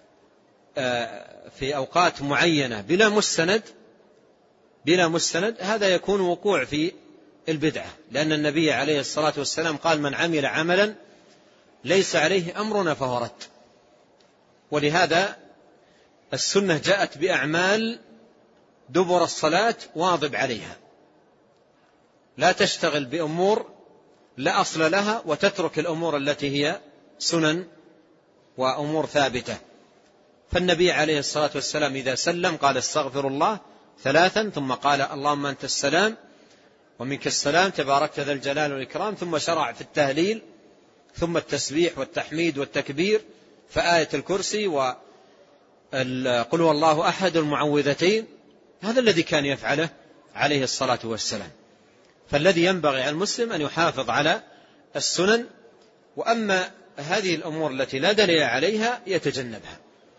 في أوقات معينة بلا مستند بلا مستند هذا يكون وقوع في البدعة، لأن النبي عليه الصلاة والسلام قال من عمل عملا ليس عليه أمرنا فهو رد. ولهذا السنة جاءت بأعمال دبر الصلاة واظب عليها، لا تشتغل بأمور لا أصل لها وتترك الأمور التي هي سنن وأمور ثابتة. فالنبي عليه الصلاة والسلام إذا سلم قال استغفر الله ثلاثا، ثم قال اللهم أنت السلام ومنك السلام تباركت ذا الجلال والإكرام، ثم شرع في التهليل ثم التسبيح والتحميد والتكبير، فآية الكرسي وقل هو الله أحد المعوذتين. هذا الذي كان يفعله عليه الصلاة والسلام. فالذي ينبغي على المسلم أن يحافظ على السنن، وأما هذه الأمور التي لا دليل عليها يتجنبها.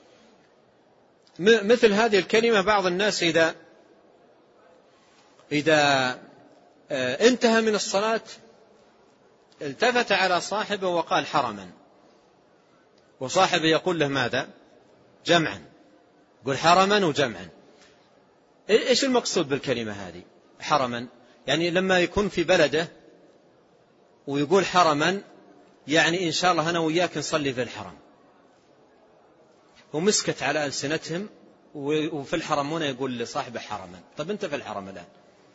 مثل هذه الكلمة بعض الناس إذا إذا انتهى من الصلاة التفت على صاحبه وقال حرما، وصاحبه يقول له ماذا؟ جمعا. يقول حرما وجمعا. إيش المقصود بالكلمة هذه حرما؟ يعني لما يكون في بلده ويقول حرما يعني إن شاء الله أنا وياك نصلي في الحرم، ومسكت على ألسنتهم وفي الحرم هنا يقول لصاحبه حرما. طب أنت في الحرم الآن،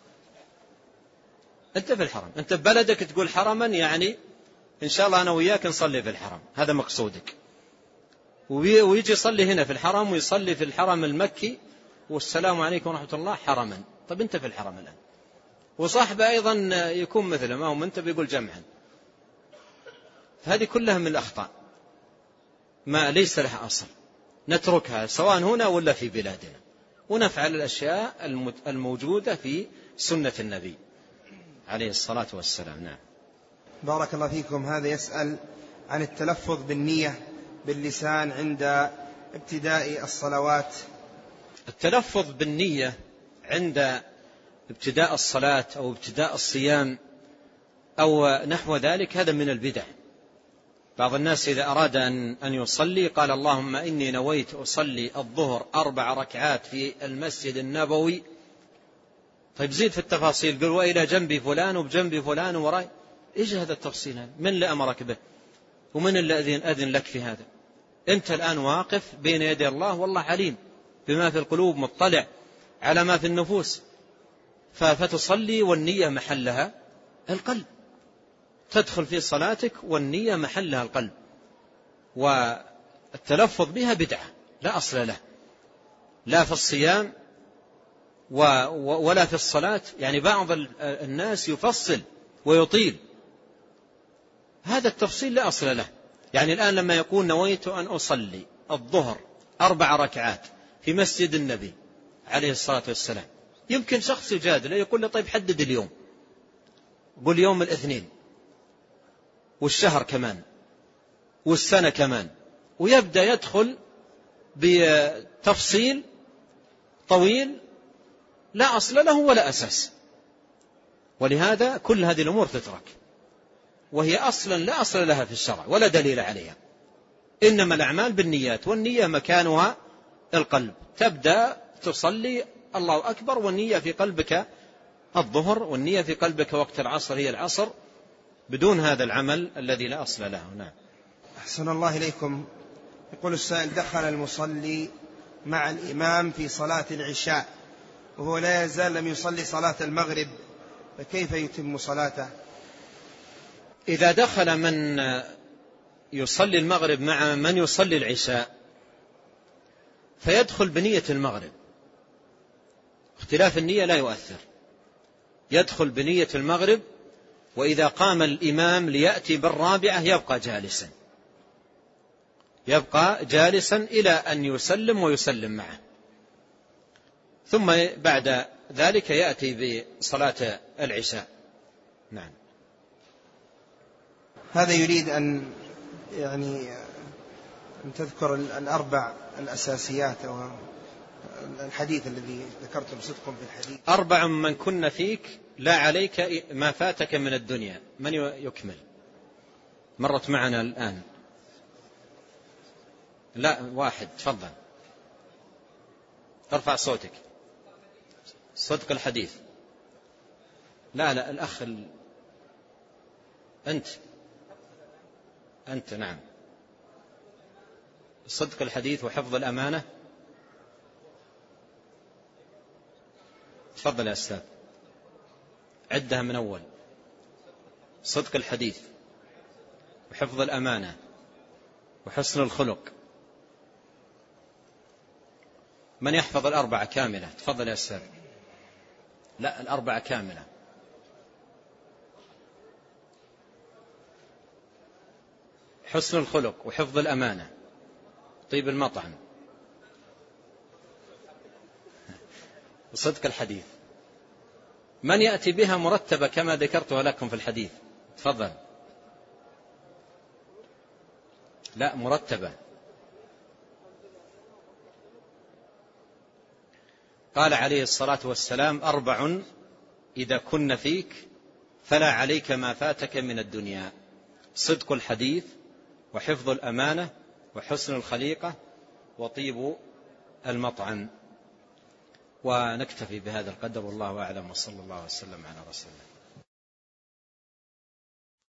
أنت في الحرم، أنت في بلدك تقول حرما يعني إن شاء الله أنا وياك نصلي في الحرم، هذا مقصودك. ويجي يصلي هنا في الحرم ويصلي في الحرم المكي والسلام عليكم ورحمة الله حرما. طب أنت في الحرم الآن، وصاحبه أيضا يكون مثله ما هو أنت بيقول جمعا. هذه كلها من الأخطاء ما ليس لها أصل، نتركها سواء هنا ولا في بلادنا، ونفعل الأشياء الموجودة في سنة النبي عليه الصلاة والسلام. نعم. بارك الله فيكم. هذا يسأل عن التلفظ بالنية باللسان عند ابتداء الصلوات. التلفظ بالنية عند ابتداء الصلاة أو ابتداء الصيام أو نحو ذلك هذا من البدع. بعض الناس إذا أراد أن يصلي قال اللهم إني نويت أصلي الظهر أربع ركعات في المسجد النبوي. طيب زيد في التفاصيل، قل وإلى جنبي فلان وبجنبي فلان وراي. إيش هذا التفصيل هذا؟ من اللي أمرك به ومن الذي أذن لك في هذا؟ أنت الآن واقف بين يدي الله والله عليم بما في القلوب، مطلع على ما في النفوس، فتصلي والنية محلها القلب، تدخل في صلاتك والنية محلها القلب. والتلفظ بها بدعة لا أصل له، لا في الصيام ولا في الصلاة. يعني بعض الناس يفصل ويطيل، هذا التفصيل لا أصل له. يعني الآن لما يقول نويت أن أصلي الظهر أربع ركعات في مسجد النبي عليه الصلاة والسلام، يمكن شخص يجادل يقول له طيب حدد اليوم، قل يوم الاثنين والشهر كمان والسنة كمان، ويبدأ يدخل بتفصيل طويل لا أصل له ولا أساس. ولهذا كل هذه الأمور تترك، وهي أصلا لا أصل لها في الشرع ولا دليل عليها. إنما الأعمال بالنيات، والنية مكانها القلب. تبدأ تصلي الله أكبر والنية في قلبك الظهر، والنية في قلبك وقت العصر هي العصر، بدون هذا العمل الذي لا أصل له. نعم. أحسن الله إليكم. يقول السائل دخل المصلي مع الإمام في صلاة العشاء وهو لا يزال لم يصلي صلاة المغرب، فكيف يتم صلاته؟ إذا دخل من يصلي المغرب مع من يصلي العشاء فيدخل بنية المغرب، اختلاف النية لا يؤثر، يدخل بنية المغرب، وإذا قام الإمام ليأتي بالرابعة يبقى جالسا، يبقى جالسا إلى أن يسلم ويسلم معه، ثم بعد ذلك يأتي بصلاة العشاء. نعم. هذا يريد أن يعني أن تذكر الأربع الأساسيات أو الحديث الذي ذكرتم صدقكم في الحديث. أربع من كن فيك لا عليك ما فاتك من الدنيا. من يكمل؟ مرت معنا الآن. لا واحد، تفضل ارفع صوتك. صدق الحديث. لا لا الأخ ال... أنت أنت نعم. صدق الحديث وحفظ الأمانة. تفضل يا أستاذ، عدها من أول. صدق الحديث وحفظ الأمانة وحسن الخلق من يحفظ الأربعة كاملة؟ تفضل يا أستاذ. لا، الأربعة كاملة. حسن الخلق وحفظ الأمانة، طيب المطعم، وصدق الحديث. من يأتي بها مرتبة كما ذكرتها لكم في الحديث؟ تفضل. لا، مرتبة. قال عليه الصلاة والسلام: أربع إذا كن فيك فلا عليك ما فاتك من الدنيا: صدق الحديث، وحفظ الأمانة، وحسن الخليقة، وطيب المطعم. ونكتفي بهذا القدر، والله أعلم، وصلى الله وسلم على رسول الله.